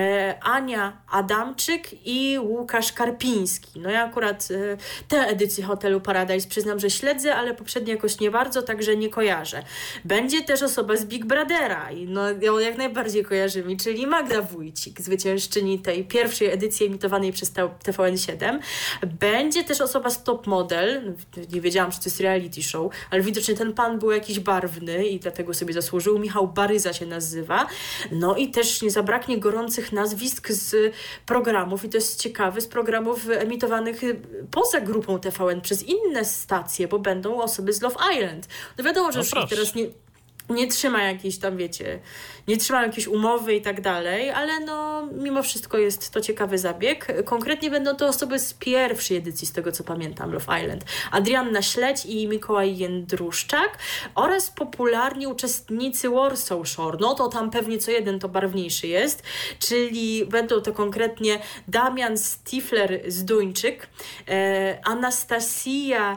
Ania Adamczyk i Łukasz Karpiński. No ja akurat tę edycję Hotelu Paradise przyznam, że śledzę, ale poprzednio jakoś nie bardzo, także nie kojarzę. Będzie też osoba z Big Brothera i no ją jak najbardziej kojarzy mi, czyli Magda Wójcik, zwyciężczyni tej pierwszej edycji emitowanej przez TVN7. Będzie też osoba z Top Model. Nie wiedziałam, że to jest reality show, ale widocznie ten pan był jakiś barwny i dlatego sobie zasłużył. Michał Baryza się nazywa. No i też nie zabraknie gorących nazwisk z programów, i to jest ciekawe, z programów emitowanych poza grupą TVN przez inne stacje, bo będą osoby z Love Island. No wiadomo, że już teraz nie trzyma jakiejś tam, wiecie, nie trzyma jakiejś umowy i tak dalej, ale no mimo wszystko jest to ciekawy zabieg. Konkretnie będą to osoby z pierwszej edycji, z tego co pamiętam, Love Island. Adrianna Śledź i Mikołaj Jędruszczak oraz popularni uczestnicy Warsaw Shore. No to tam pewnie co jeden to barwniejszy jest, czyli będą to konkretnie Damian Stifler-Zduńczyk, Anastasia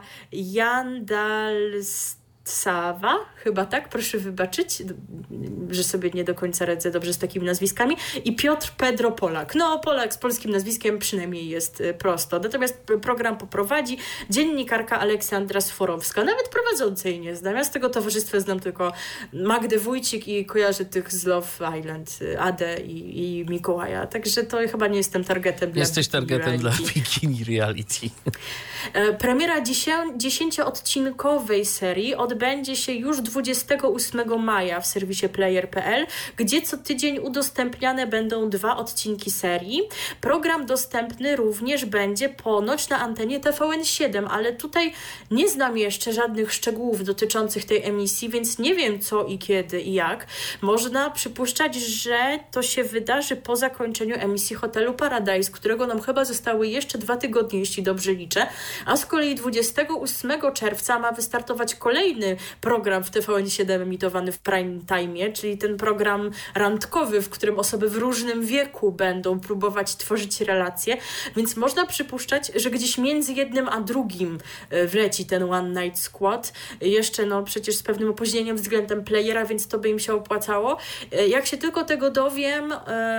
Jandalsawa, chyba tak, proszę wybaczyć, że sobie nie do końca radzę dobrze z takimi nazwiskami, i Piotr Pedro Polak. No, Polak z polskim nazwiskiem przynajmniej jest prosto. Natomiast program poprowadzi dziennikarka Aleksandra Sforowska. Nawet prowadzącej nie znam. Ja z tego towarzystwa znam tylko Magdę Wójcik i kojarzę tych z Love Island, Adę i Mikołaja. Także to chyba nie jestem targetem dla Jesteś targetem dla Bikini Reality. Premiera 10-odcinkowej serii od odbędzie się już 28 maja w serwisie player.pl, gdzie co tydzień udostępniane będą 2 odcinki serii. Program dostępny również będzie ponoć na antenie TVN7, ale tutaj nie znam jeszcze żadnych szczegółów dotyczących tej emisji, więc nie wiem co i kiedy i jak. Można przypuszczać, że to się wydarzy po zakończeniu emisji Hotelu Paradise, którego nam chyba zostały jeszcze 2 tygodnie, jeśli dobrze liczę, a z kolei 28 czerwca ma wystartować kolejny program w TVN7 emitowany w prime time, czyli ten program randkowy, w którym osoby w różnym wieku będą próbować tworzyć relacje, więc można przypuszczać, że gdzieś między jednym a drugim wleci ten One Night Squad. Jeszcze przecież z pewnym opóźnieniem względem playera, więc to by im się opłacało. Jak się tylko tego dowiem,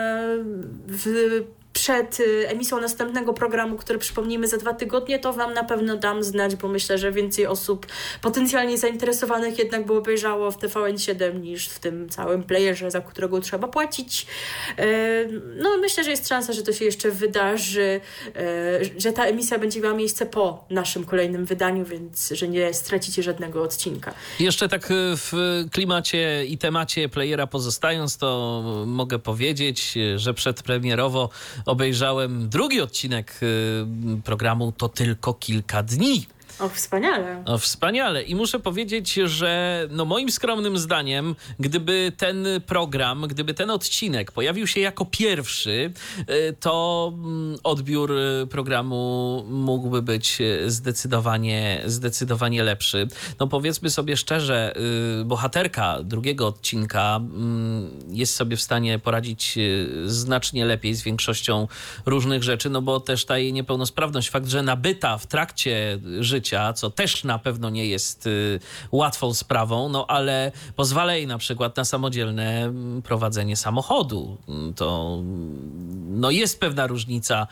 przed emisją następnego programu, który przypomnijmy za 2 tygodnie, to wam na pewno dam znać, bo myślę, że więcej osób potencjalnie zainteresowanych jednak by obejrzało w TVN7 niż w tym całym playerze, za którego trzeba płacić. Myślę, że jest szansa, że to się jeszcze wydarzy, że ta emisja będzie miała miejsce po naszym kolejnym wydaniu, więc że nie stracicie żadnego odcinka. Jeszcze tak w klimacie i temacie playera pozostając, to mogę powiedzieć, że przedpremierowo obejrzałem 2. odcinek programu To tylko kilka dni. O, wspaniale. Wspaniale. I muszę powiedzieć, że moim skromnym zdaniem, gdyby ten odcinek pojawił się jako pierwszy, to odbiór programu mógłby być zdecydowanie lepszy. Powiedzmy sobie szczerze, bohaterka 2. odcinka jest sobie w stanie poradzić znacznie lepiej z większością różnych rzeczy, bo też ta jej niepełnosprawność, fakt, że nabyta w trakcie życia, co też na pewno nie jest łatwą sprawą, ale pozwala jej na przykład na samodzielne prowadzenie samochodu. To jest pewna różnica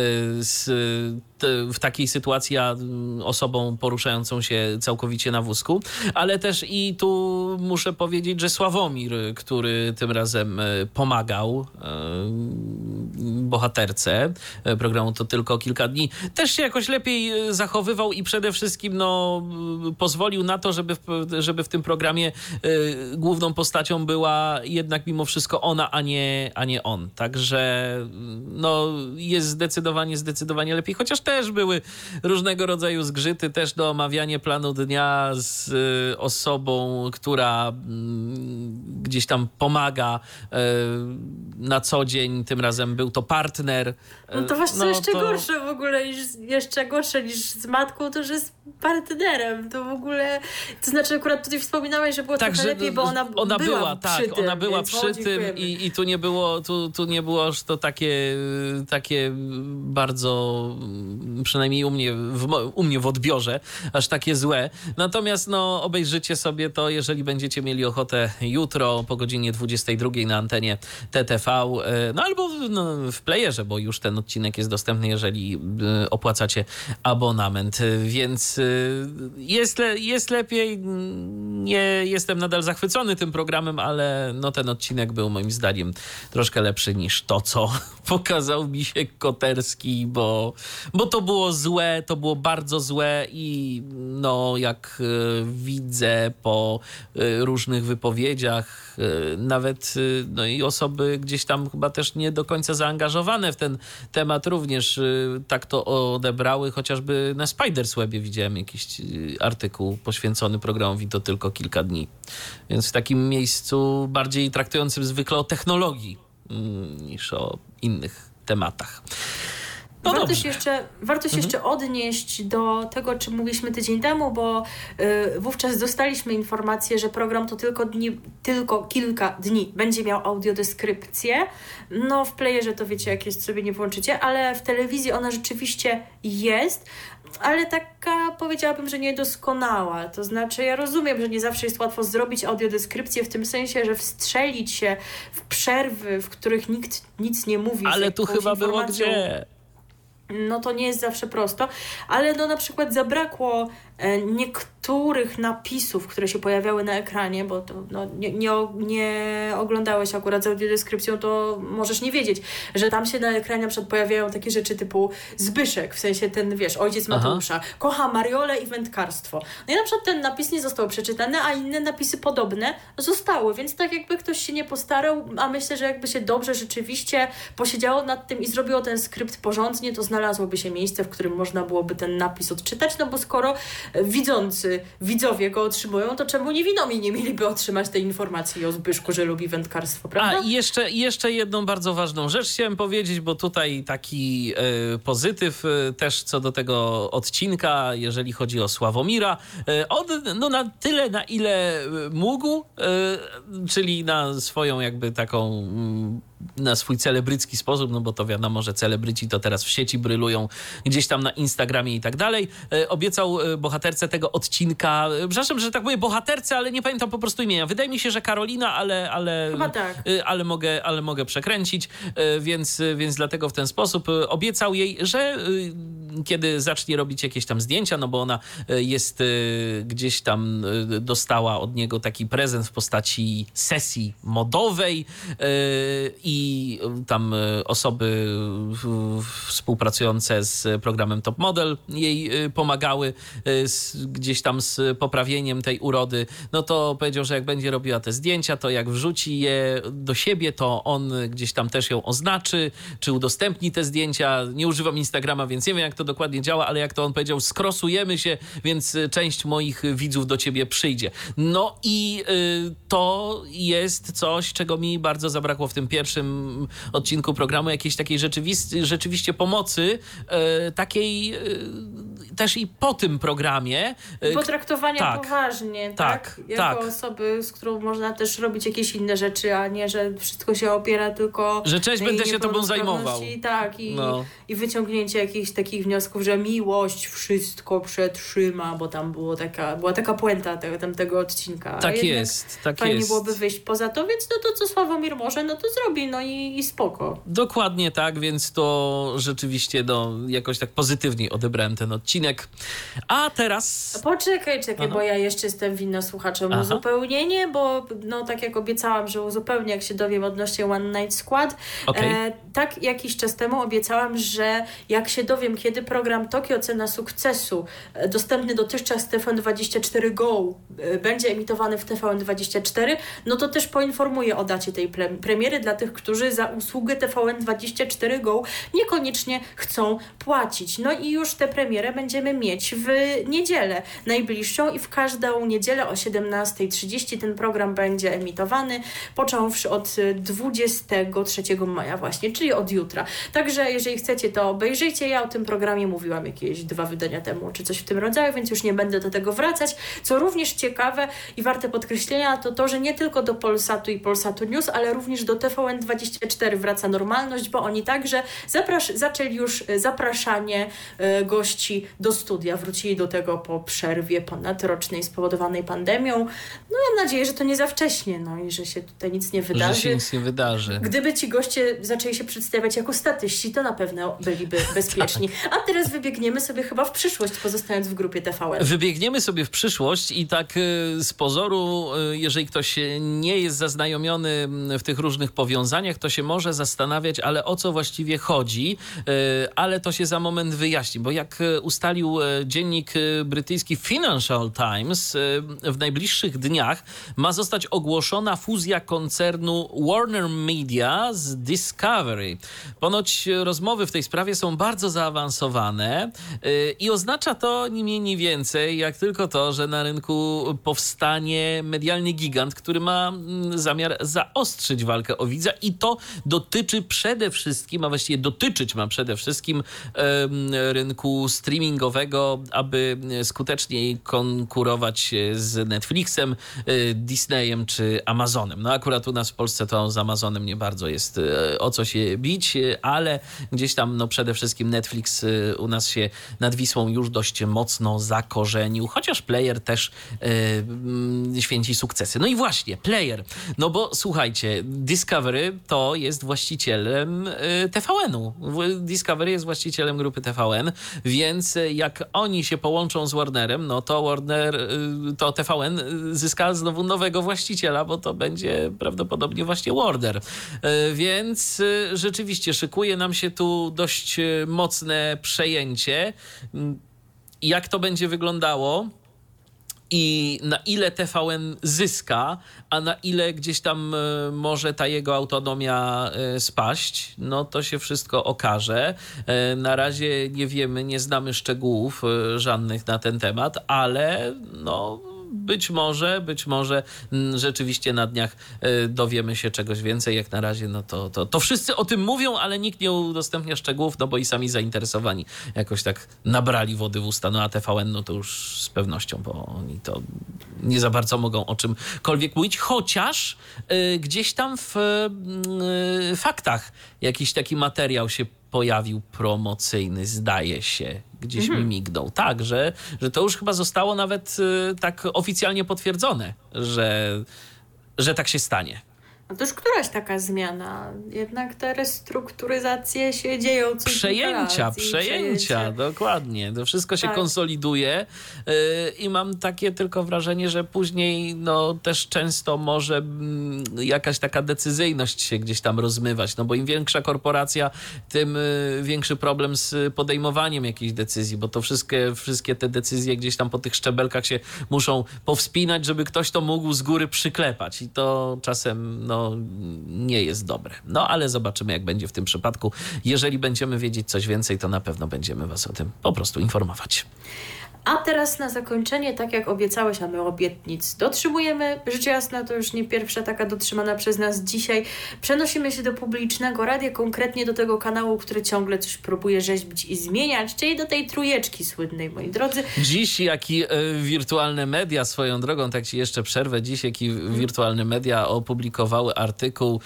w takiej sytuacji osobą poruszającą się całkowicie na wózku, ale też i tu muszę powiedzieć, że Sławomir, który tym razem pomagał bohaterce programu To tylko kilka dni, też się jakoś lepiej zachowywał i przede wszystkim pozwolił na to, żeby w tym programie główną postacią była jednak mimo wszystko ona, a nie on. Także jest zdecydowanie lepiej, chociaż też były różnego rodzaju zgrzyty, też do omawiania planu dnia z osobą, która gdzieś tam pomaga na co dzień. Tym razem był to partner. To właśnie jeszcze gorsze w ogóle, jeszcze gorsze niż z matką, to że z partnerem. To w ogóle, to znaczy akurat tutaj wspominałeś, że było trochę lepiej, bo ona była przy tym. Ona była przy tym i tu nie było aż to takie bardzo, przynajmniej u mnie w odbiorze, aż takie złe. Natomiast obejrzycie sobie to, jeżeli będziecie mieli ochotę jutro po godzinie 22 na antenie TTV, albo w playerze, bo już ten odcinek jest dostępny, jeżeli opłacacie abonament. Więc jest lepiej. Nie jestem nadal zachwycony tym programem, ale ten odcinek był moim zdaniem troszkę lepszy niż to, co pokazał mi się Koterski, bo to było złe, to było bardzo złe i jak widzę po różnych wypowiedziach, nawet i osoby gdzieś tam chyba też nie do końca zaangażowane w ten temat również tak to odebrały, chociażby na Spiderswebie widziałem jakiś artykuł poświęcony programowi To tylko kilka dni. Więc w takim miejscu bardziej traktującym zwykle o technologii niż o innych tematach. Warto się jeszcze odnieść do tego, o czym mówiliśmy tydzień temu, bo wówczas dostaliśmy informację, że program To tylko kilka dni będzie miał audiodeskrypcję. W playerze to wiecie, jak jest, sobie nie włączycie, ale w telewizji ona rzeczywiście jest, ale taka, powiedziałabym, że niedoskonała. To znaczy, ja rozumiem, że nie zawsze jest łatwo zrobić audiodeskrypcję w tym sensie, że wstrzelić się w przerwy, w których nikt nic nie mówi. Ale tu chyba było gdzie? no to nie jest zawsze prosto, ale no na przykład zabrakło niektórych napisów, które się pojawiały na ekranie, bo to no, nie oglądałeś akurat z audiodeskrypcją, to możesz nie wiedzieć, że tam się na ekranie na przykład pojawiają takie rzeczy typu Zbyszek, w sensie ten, wiesz, ojciec Mateusza, kocha mariole i wędkarstwo. No i na przykład ten napis nie został przeczytany, a inne napisy podobne zostały, więc tak jakby ktoś się nie postarał, a myślę, że jakby się dobrze rzeczywiście posiedziało nad tym i zrobiło ten skrypt porządnie, to znalazłoby się miejsce, w którym można byłoby ten napis odczytać, no bo skoro widzowie go otrzymują, to czemu niewidomi nie mieliby otrzymać tej informacji o Zbyszku, że lubi wędkarstwo, prawda? A jeszcze jedną bardzo ważną rzecz chciałem powiedzieć, bo tutaj taki pozytyw też co do tego odcinka, jeżeli chodzi o Sławomira. On no na tyle, na ile mógł, czyli na swoją jakby taką na swój celebrycki sposób, no bo to wiadomo, że celebryci to teraz w sieci brylują gdzieś tam na Instagramie i tak dalej. Obiecał bohaterce tego odcinka, przepraszam, że tak mówię bohaterce, ale nie pamiętam po prostu imienia. Wydaje mi się, że Karolina, ale chyba tak. ale mogę przekręcić, więc dlatego w ten sposób obiecał jej, że kiedy zacznie robić jakieś tam zdjęcia, no bo ona jest gdzieś tam, dostała od niego taki prezent w postaci sesji modowej i tam osoby współpracujące z programem Top Model jej pomagały gdzieś tam z poprawieniem tej urody. No to powiedział, że jak będzie robiła te zdjęcia, to jak wrzuci je do siebie, to on gdzieś tam też ją oznaczy, czy udostępni te zdjęcia. Nie używam Instagrama, więc nie wiem, jak to dokładnie działa, ale jak to on powiedział, skrosujemy się, więc część moich widzów do ciebie przyjdzie. No i to jest coś, czego mi bardzo zabrakło w tym pierwszym odcinku programu, jakiejś takiej rzeczywiście pomocy, takiej też i po tym programie. Potraktowania poważnie, tak? Jako osoby, z którą można też robić jakieś inne rzeczy, a nie, że wszystko się opiera tylko... Że cześć, będę się tobą zajmował. I wyciągnięcie jakichś takich wniosków, że miłość wszystko przetrzyma, bo tam była taka puenta tego odcinka. Tak jest. Fajnie byłoby wyjść poza to, więc no to co Sławomir może, no to zrobi, no i spoko. Dokładnie tak, więc to rzeczywiście jakoś tak pozytywniej odebrałem ten odcinek. A teraz... Poczekaj, bo ja jeszcze jestem winna słuchaczom uzupełnienie, bo no tak jak obiecałam, że uzupełnię, jak się dowiem odnośnie One Night Squad. Okay. Tak jakiś czas temu obiecałam, że jak się dowiem, kiedy program Tokio Cena Sukcesu, dostępny dotychczas w TVN24 Go, będzie emitowany w TVN24, no to też poinformuję o dacie tej premiery dla tych, którzy za usługę TVN24 Go niekoniecznie chcą płacić. No i już tę premierę będziemy mieć w niedzielę najbliższą i w każdą niedzielę o 17:30 ten program będzie emitowany, począwszy od 23 maja właśnie, czyli od jutra. Także jeżeli chcecie, to obejrzyjcie. Ja o tym programie mówiłam jakieś 2 wydania temu, czy coś w tym rodzaju, więc już nie będę do tego wracać. Co również ciekawe i warte podkreślenia, to, że nie tylko do Polsatu i Polsatu News, ale również do TVN24 wraca normalność, bo oni także zaczęli już zapraszanie gości do studia. Wrócili do tego po przerwie ponadrocznej spowodowanej pandemią. No mam nadzieję, że to nie za wcześnie, no i że się tutaj nic nie wydarzy. Że się nic nie wydarzy. Gdyby ci goście zaczęli się przedstawiać jako statyści, to na pewno byliby bezpieczni. A teraz wybiegniemy sobie chyba w przyszłość, pozostając w grupie TVN. Wybiegniemy sobie w przyszłość i tak z pozoru, jeżeli ktoś nie jest zaznajomiony w tych różnych powiązaniach, to się może zastanawiać, ale o co właściwie chodzi, ale to się za moment wyjaśni, bo jak ustalił dziennik brytyjski Financial Times, w najbliższych dniach ma zostać ogłoszona fuzja koncernu Warner Media z Discovery. Ponoć rozmowy w tej sprawie są bardzo zaawansowane i oznacza to ni mniej, ni więcej, jak tylko to, że na rynku powstanie medialny gigant, który ma zamiar zaostrzyć walkę o widza i to dotyczy przede wszystkim, a właściwie dotyczyć ma przede wszystkim rynku streamingu streamingowego, aby skuteczniej konkurować z Netflixem, Disneyem czy Amazonem. No akurat u nas w Polsce to z Amazonem nie bardzo jest o co się bić, ale gdzieś tam no przede wszystkim Netflix u nas się nad Wisłą już dość mocno zakorzenił, chociaż Player też święci sukcesy. No i właśnie, Player. No bo słuchajcie, Discovery to jest właścicielem TVN-u. Discovery jest właścicielem grupy TVN, więc jak oni się połączą z Warnerem, no to TVN zyska znowu nowego właściciela, bo to będzie prawdopodobnie właśnie Warner. Więc rzeczywiście szykuje nam się tu dość mocne przejęcie. Jak to będzie wyglądało i na ile TVN zyska, a na ile gdzieś tam może ta jego autonomia spaść, no to się wszystko okaże. Na razie nie wiemy, nie znamy szczegółów żadnych na ten temat, ale no być może rzeczywiście na dniach dowiemy się czegoś więcej. Jak na razie no to wszyscy o tym mówią, ale nikt nie udostępnia szczegółów, no bo i sami zainteresowani jakoś tak nabrali wody w usta. No a TVN no to już z pewnością, bo oni to nie za bardzo mogą o czymkolwiek mówić, chociaż gdzieś tam w faktach jakiś taki materiał się pojawił promocyjny, zdaje się. Gdzieś mi mignął. Tak, że to już chyba zostało nawet tak oficjalnie potwierdzone, że tak się stanie. No to już któraś taka zmiana. Jednak te restrukturyzacje się dzieją. Przejęcia, dokładnie. To wszystko się konsoliduje i mam takie tylko wrażenie, że później no też często może jakaś taka decyzyjność się gdzieś tam rozmywać, no bo im większa korporacja, tym większy problem z podejmowaniem jakichś decyzji, bo to wszystkie te decyzje gdzieś tam po tych szczebelkach się muszą powspinać, żeby ktoś to mógł z góry przyklepać i to czasem no nie jest dobre. No ale zobaczymy, jak będzie w tym przypadku. Jeżeli będziemy wiedzieć coś więcej, to na pewno będziemy was o tym po prostu informować. A teraz na zakończenie, tak jak obiecałeś, a my obietnic dotrzymujemy. Rzecz jasna, to już nie pierwsza taka dotrzymana przez nas dzisiaj. Przenosimy się do publicznego radia, konkretnie do tego kanału, który ciągle coś próbuje rzeźbić i zmieniać, czyli do tej trójeczki słynnej, moi drodzy. Dziś jaki wirtualne media, swoją drogą, tak ci jeszcze przerwę, dziś jaki wirtualne media opublikowały artykuł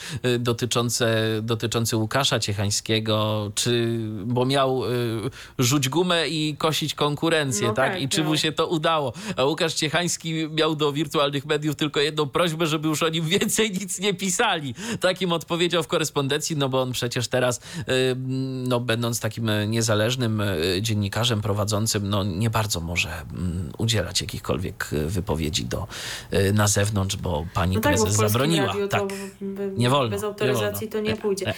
dotyczący Łukasza Ciechańskiego, bo miał rzuć gumę i kosić konkurencję, no tak? I czy mu się to udało? A Łukasz Ciechański miał do wirtualnych mediów tylko jedną prośbę, żeby już o nim więcej nic nie pisali. Tak im odpowiedział w korespondencji, no bo on przecież teraz, no będąc takim niezależnym dziennikarzem prowadzącym, no nie bardzo może udzielać jakichkolwiek wypowiedzi na zewnątrz, bo pani prezes zabroniła. Tak. Nie wolno. Bez autoryzacji to nie pójdzie.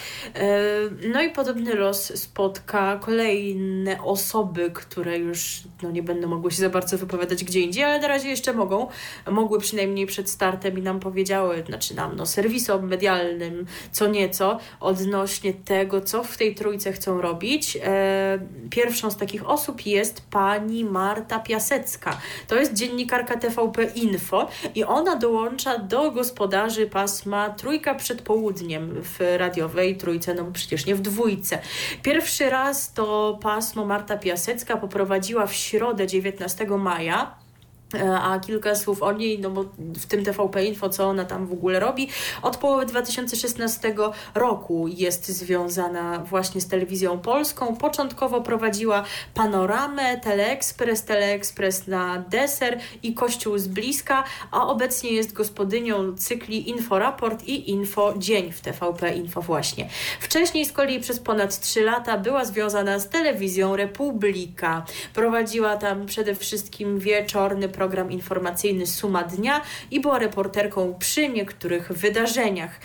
No i podobny los spotka kolejne osoby, które już nie będą mogły się za bardzo wypowiadać gdzie indziej, ale na razie jeszcze mogły przynajmniej przed startem i nam powiedziały, serwisom medialnym co nieco odnośnie tego, co w tej trójce chcą robić. Pierwszą z takich osób jest pani Marta Piasecka. To jest dziennikarka TVP Info i ona dołącza do gospodarzy pasma Trójka przed południem w radiowej trójce, no bo przecież nie w dwójce. Pierwszy raz to pasmo Marta Piasecka poprowadziła w środę 19 maja. A kilka słów o niej, no bo w tym TVP Info, co ona tam w ogóle robi. Od połowy 2016 roku jest związana właśnie z telewizją polską. Początkowo prowadziła Panoramę, Teleekspres na deser i Kościół z bliska, a obecnie jest gospodynią cykli Inforaport i Info Dzień w TVP Info właśnie. Wcześniej z kolei przez ponad 3 lata była związana z telewizją Republika. Prowadziła tam przede wszystkim wieczorny program informacyjny Suma Dnia i była reporterką przy niektórych wydarzeniach.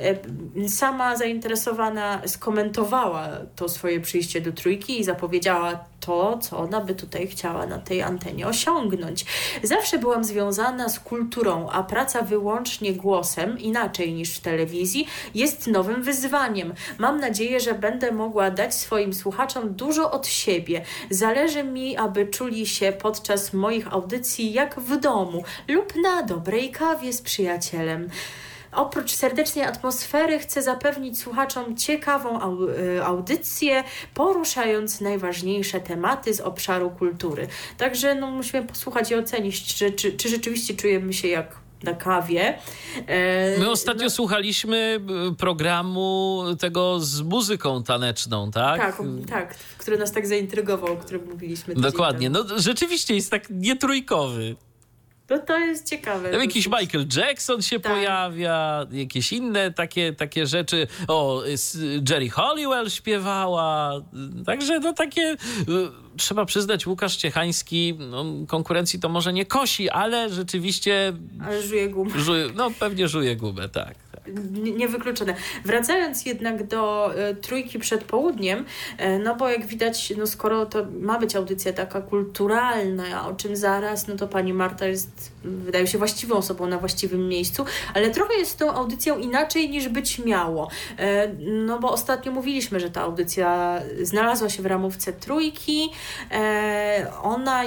Sama zainteresowana skomentowała to swoje przyjście do trójki i zapowiedziała to, co ona by tutaj chciała na tej antenie osiągnąć. Zawsze byłam związana z kulturą, a praca wyłącznie głosem, inaczej niż w telewizji, jest nowym wyzwaniem. Mam nadzieję, że będę mogła dać swoim słuchaczom dużo od siebie. Zależy mi, aby czuli się podczas moich audycji jak w domu lub na dobrej kawie z przyjacielem. oprócz serdecznej atmosfery chce zapewnić słuchaczom ciekawą audycję, poruszając najważniejsze tematy z obszaru kultury. Także musimy posłuchać i ocenić, czy rzeczywiście czujemy się jak na kawie. My ostatnio słuchaliśmy programu tego z muzyką taneczną, tak? Tak, który nas tak zaintrygował, o którym mówiliśmy. Dokładnie. Rzeczywiście jest tak nietrójkowy. No to jest ciekawe. Tam jakiś Michael Jackson się pojawia, jakieś inne takie rzeczy. Jerry Halliwell śpiewała. Także takie... Trzeba przyznać, Łukasz Ciechański konkurencji to może nie kosi, ale rzeczywiście... Ale żuje gumę. Pewnie żuje gumę, tak. Niewykluczone. Wracając jednak do trójki przed południem, bo jak widać, skoro to ma być audycja taka kulturalna, o czym zaraz, to pani Marta jest, wydaje się, właściwą osobą na właściwym miejscu, ale trochę jest z tą audycją inaczej niż być miało. Bo ostatnio mówiliśmy, że ta audycja znalazła się w ramówce trójki. Ona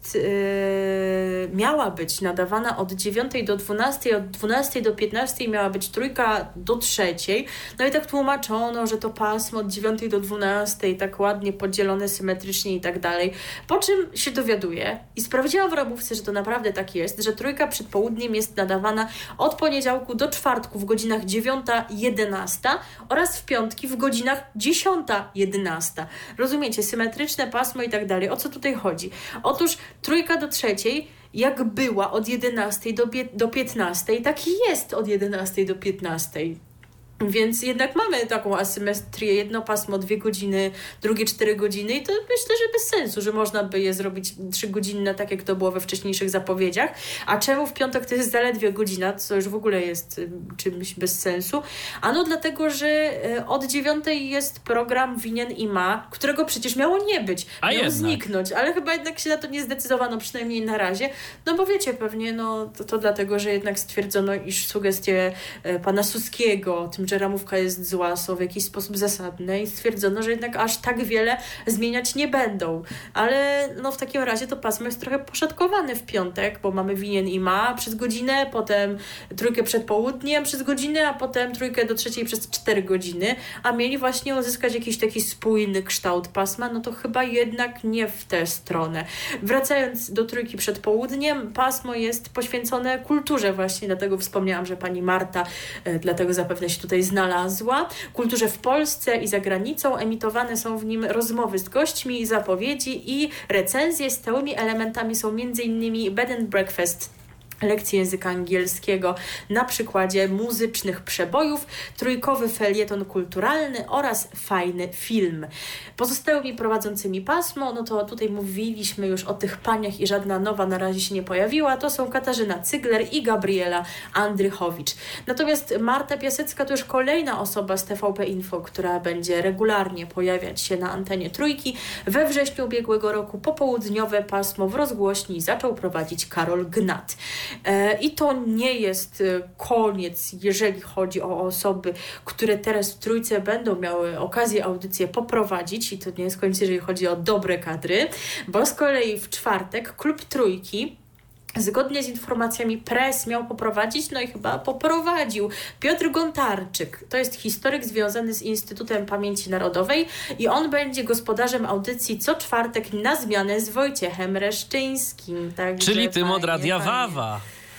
miała być nadawana od 9 do 12, od 12 do 15 miała być trójka do 3. I tak tłumaczono, że to pasmo od 9 do 12 tak ładnie podzielone symetrycznie i tak dalej. Po czym się dowiaduję i sprawdziłam w ramówce, że to naprawdę tak jest, że trójka przed południem jest nadawana od poniedziałku do czwartku w godzinach 9-11 oraz w piątki w godzinach 10-11. Rozumiecie? Symetryczne pasmo i tak dalej. O co tutaj chodzi? Otóż trójka do 3 jak była od 11 do 15, tak i jest od 11 do 15. Więc jednak mamy taką asymetrię, jedno pasmo 2 godziny, drugie 4 godziny i to myślę, że bez sensu, że można by je zrobić 3-godzinne, tak jak to było we wcześniejszych zapowiedziach. A czemu w piątek to jest zaledwie godzina, co już w ogóle jest czymś bez sensu? Dlatego, że od 9 jest program Winien i Ma, którego przecież miało nie być. Miał zniknąć, ale chyba jednak się na to nie zdecydowano, przynajmniej na razie. Bo wiecie, pewnie to dlatego, że jednak stwierdzono, iż sugestie pana Suskiego o tym, że ramówka jest zła, są w jakiś sposób zasadne i stwierdzono, że jednak aż tak wiele zmieniać nie będą. Ale w takim razie to pasmo jest trochę poszatkowane w piątek, bo mamy Winien i Ma przez godzinę, potem trójkę przed południem przez godzinę, a potem trójkę do 3 przez 4 godziny, a mieli właśnie uzyskać jakiś taki spójny kształt pasma, to chyba jednak nie w tę stronę. Wracając do trójki przed południem, pasmo jest poświęcone kulturze właśnie, dlatego wspomniałam, że pani Marta, dlatego zapewne się tutaj znalazła. Kulturze w Polsce i za granicą. Emitowane są w nim rozmowy z gośćmi, zapowiedzi i recenzje. Stałymi elementami są m.in. Bed and Breakfast, lekcje języka angielskiego na przykładzie muzycznych przebojów, trójkowy felieton kulturalny oraz fajny film. Pozostałymi prowadzącymi pasmo, to tutaj mówiliśmy już o tych paniach i żadna nowa na razie się nie pojawiła, to są Katarzyna Cygler i Gabriela Andrychowicz. Natomiast Marta Piasecka to już kolejna osoba z TVP Info, która będzie regularnie pojawiać się na antenie trójki. We wrześniu ubiegłego roku popołudniowe pasmo w rozgłośni zaczął prowadzić Karol Gnat. I to nie jest koniec, jeżeli chodzi o osoby, które teraz w trójce będą miały okazję audycję poprowadzić i to nie jest koniec, jeżeli chodzi o dobre kadry, bo z kolei w czwartek klub trójki zgodnie z informacjami press miał poprowadzić, i chyba poprowadził Piotr Gontarczyk. To jest historyk związany z Instytutem Pamięci Narodowej i on będzie gospodarzem audycji co czwartek na zmianę z Wojciechem Reszczyńskim. Także czyli tym od Radia Wawa.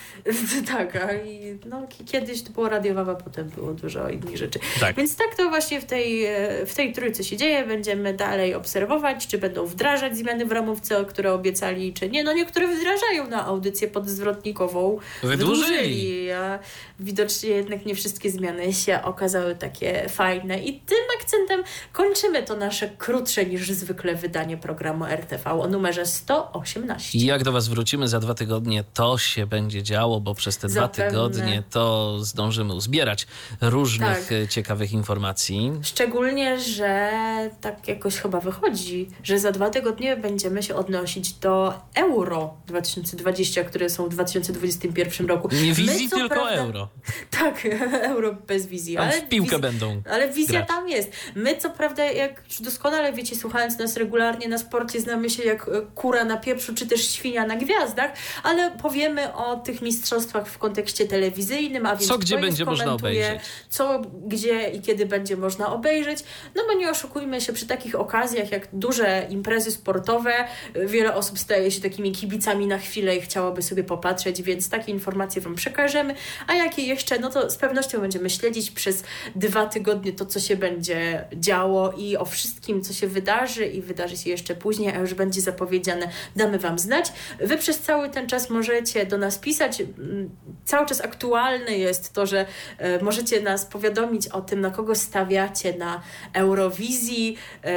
Tak, kiedyś to było Radio Wawa, potem było dużo innych rzeczy. Tak. Więc tak to właśnie w tej trójce się dzieje. Będziemy dalej obserwować, czy będą wdrażać zmiany w ramówce, które obiecali, czy nie. Niektóre wdrażają na audycję podzwrotnikową. Wydłużyli. A widocznie jednak nie wszystkie zmiany się okazały takie fajne. I tym akcentem kończymy to nasze krótsze niż zwykle wydanie programu RTV o numerze 118. I jak do Was wrócimy za 2 tygodnie, to się będzie działo, bo przez te 2 tygodnie to zdążymy uzbierać różnych ciekawych informacji. Szczególnie, że tak jakoś chyba wychodzi, że za 2 tygodnie będziemy się odnosić do Euro 2020, które są w 2021 roku. Nie wizji, tylko Euro. Tak, Euro bez wizji. Tam w piłkę będą Ale wizja grać. Tam jest. My co prawda, jak doskonale wiecie, słuchając nas regularnie na sporcie, znamy się jak kura na pieprzu, czy też świnia na gwiazdach, ale powiemy o tych mistrzostwach w kontekście telewizyjnym, a więc co gdzie kto je będzie można skomentuje, obejrzeć. co, gdzie i kiedy będzie można obejrzeć. No bo nie oszukujmy się, przy takich okazjach jak duże imprezy sportowe, wiele osób staje się takimi kibicami na chwilę i chciałoby sobie popatrzeć, więc takie informacje Wam przekażemy, a jakie jeszcze, no to z pewnością będziemy śledzić przez 2 tygodnie to, co się będzie działo i o wszystkim, co się wydarzy i wydarzy się jeszcze później, a już będzie zapowiedziane, damy Wam znać. Wy przez cały ten czas możecie do nas pisać. Cały czas aktualne jest to, że możecie nas powiadomić o tym, na kogo stawiacie na Eurowizji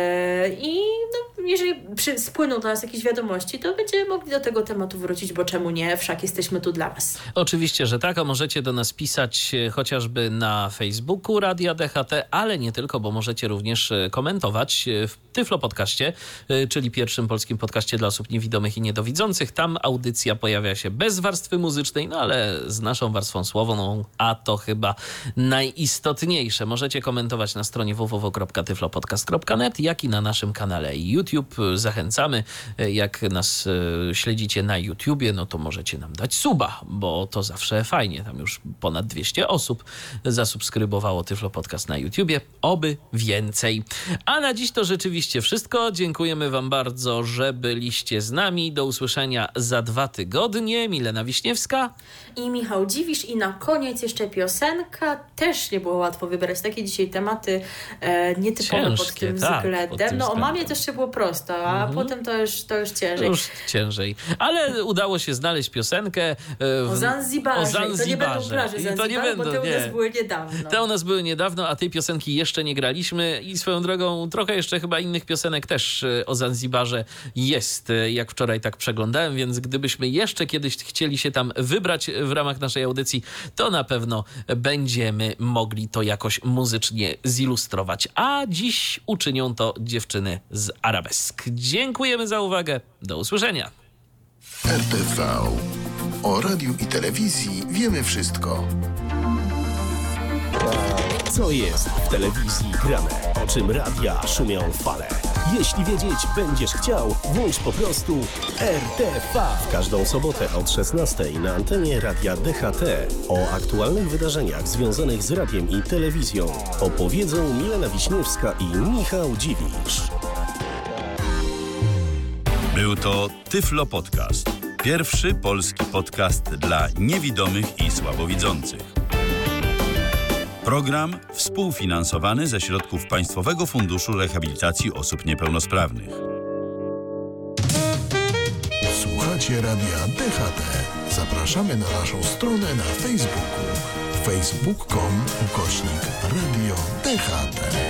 i no, jeżeli spłyną do nas jakieś wiadomości, to będziemy mogli do tego tematu wrócić, bo czemu nie? Wszak jesteśmy tu dla Was. Oczywiście, że tak, a możecie do nas pisać chociażby na Facebooku Radia DHT, ale nie tylko, bo możecie również komentować w Tyflo Podcaście, czyli pierwszym polskim podcaście dla osób niewidomych i niedowidzących. Tam audycja pojawia się bez warstwy muzycznej, no ale z naszą warstwą słowną, a to chyba najistotniejsze. Możecie komentować na stronie www.tyflopodcast.net, jak i na naszym kanale YouTube. Zachęcamy, jak nas śledzicie na YouTubie, no to możecie nam dać suba, bo to zawsze fajnie. Tam już ponad 200 osób zasubskrybowało Tyflo Podcast na YouTubie. Oby więcej. A na dziś to rzeczywiście wszystko. Dziękujemy Wam bardzo, że byliście z nami. Do usłyszenia za 2 tygodnie. Milena Wiśniewska I Michał Dziwisz. I na koniec jeszcze piosenka. Też nie było łatwo wybrać takie dzisiaj tematy nietypowe pod Ciężkie, tym tak, względem. pod tym No o mamie względem. też się było prosto, a potem to już ciężej. już ciężej. Ale udało się znaleźć piosenkę O Zanzibarze. o I to nie będą plaże I to nie Zanzibar, bo te u nie. nas były niedawno. Te u nas były niedawno, a tej piosenki jeszcze nie graliśmy i swoją drogą trochę jeszcze chyba innych piosenek też o Zanzibarze jest, jak wczoraj tak przeglądałem, więc gdybyśmy jeszcze kiedyś chcieli się tam wybrać w ramach naszej audycji, to na pewno będziemy mogli to jakoś muzycznie zilustrować. A dziś uczynią to dziewczyny z Arabesk. Dziękujemy za uwagę. Do usłyszenia. RTV. O radiu i telewizji wiemy wszystko. Co jest w telewizji grane? O czym radia szumią fale? Jeśli wiedzieć będziesz chciał, włącz po prostu RTV. W każdą sobotę od 16 na antenie Radia DHT. O aktualnych wydarzeniach związanych z radiem i telewizją opowiedzą Milena Wiśniewska i Michał Dziwisz. Był to Tyflo Podcast. Pierwszy polski podcast dla niewidomych i słabowidzących. Program współfinansowany ze środków Państwowego Funduszu Rehabilitacji Osób Niepełnosprawnych. Słuchacie radia DHT. Zapraszamy na naszą stronę na Facebooku. facebook.com/Radio DHT.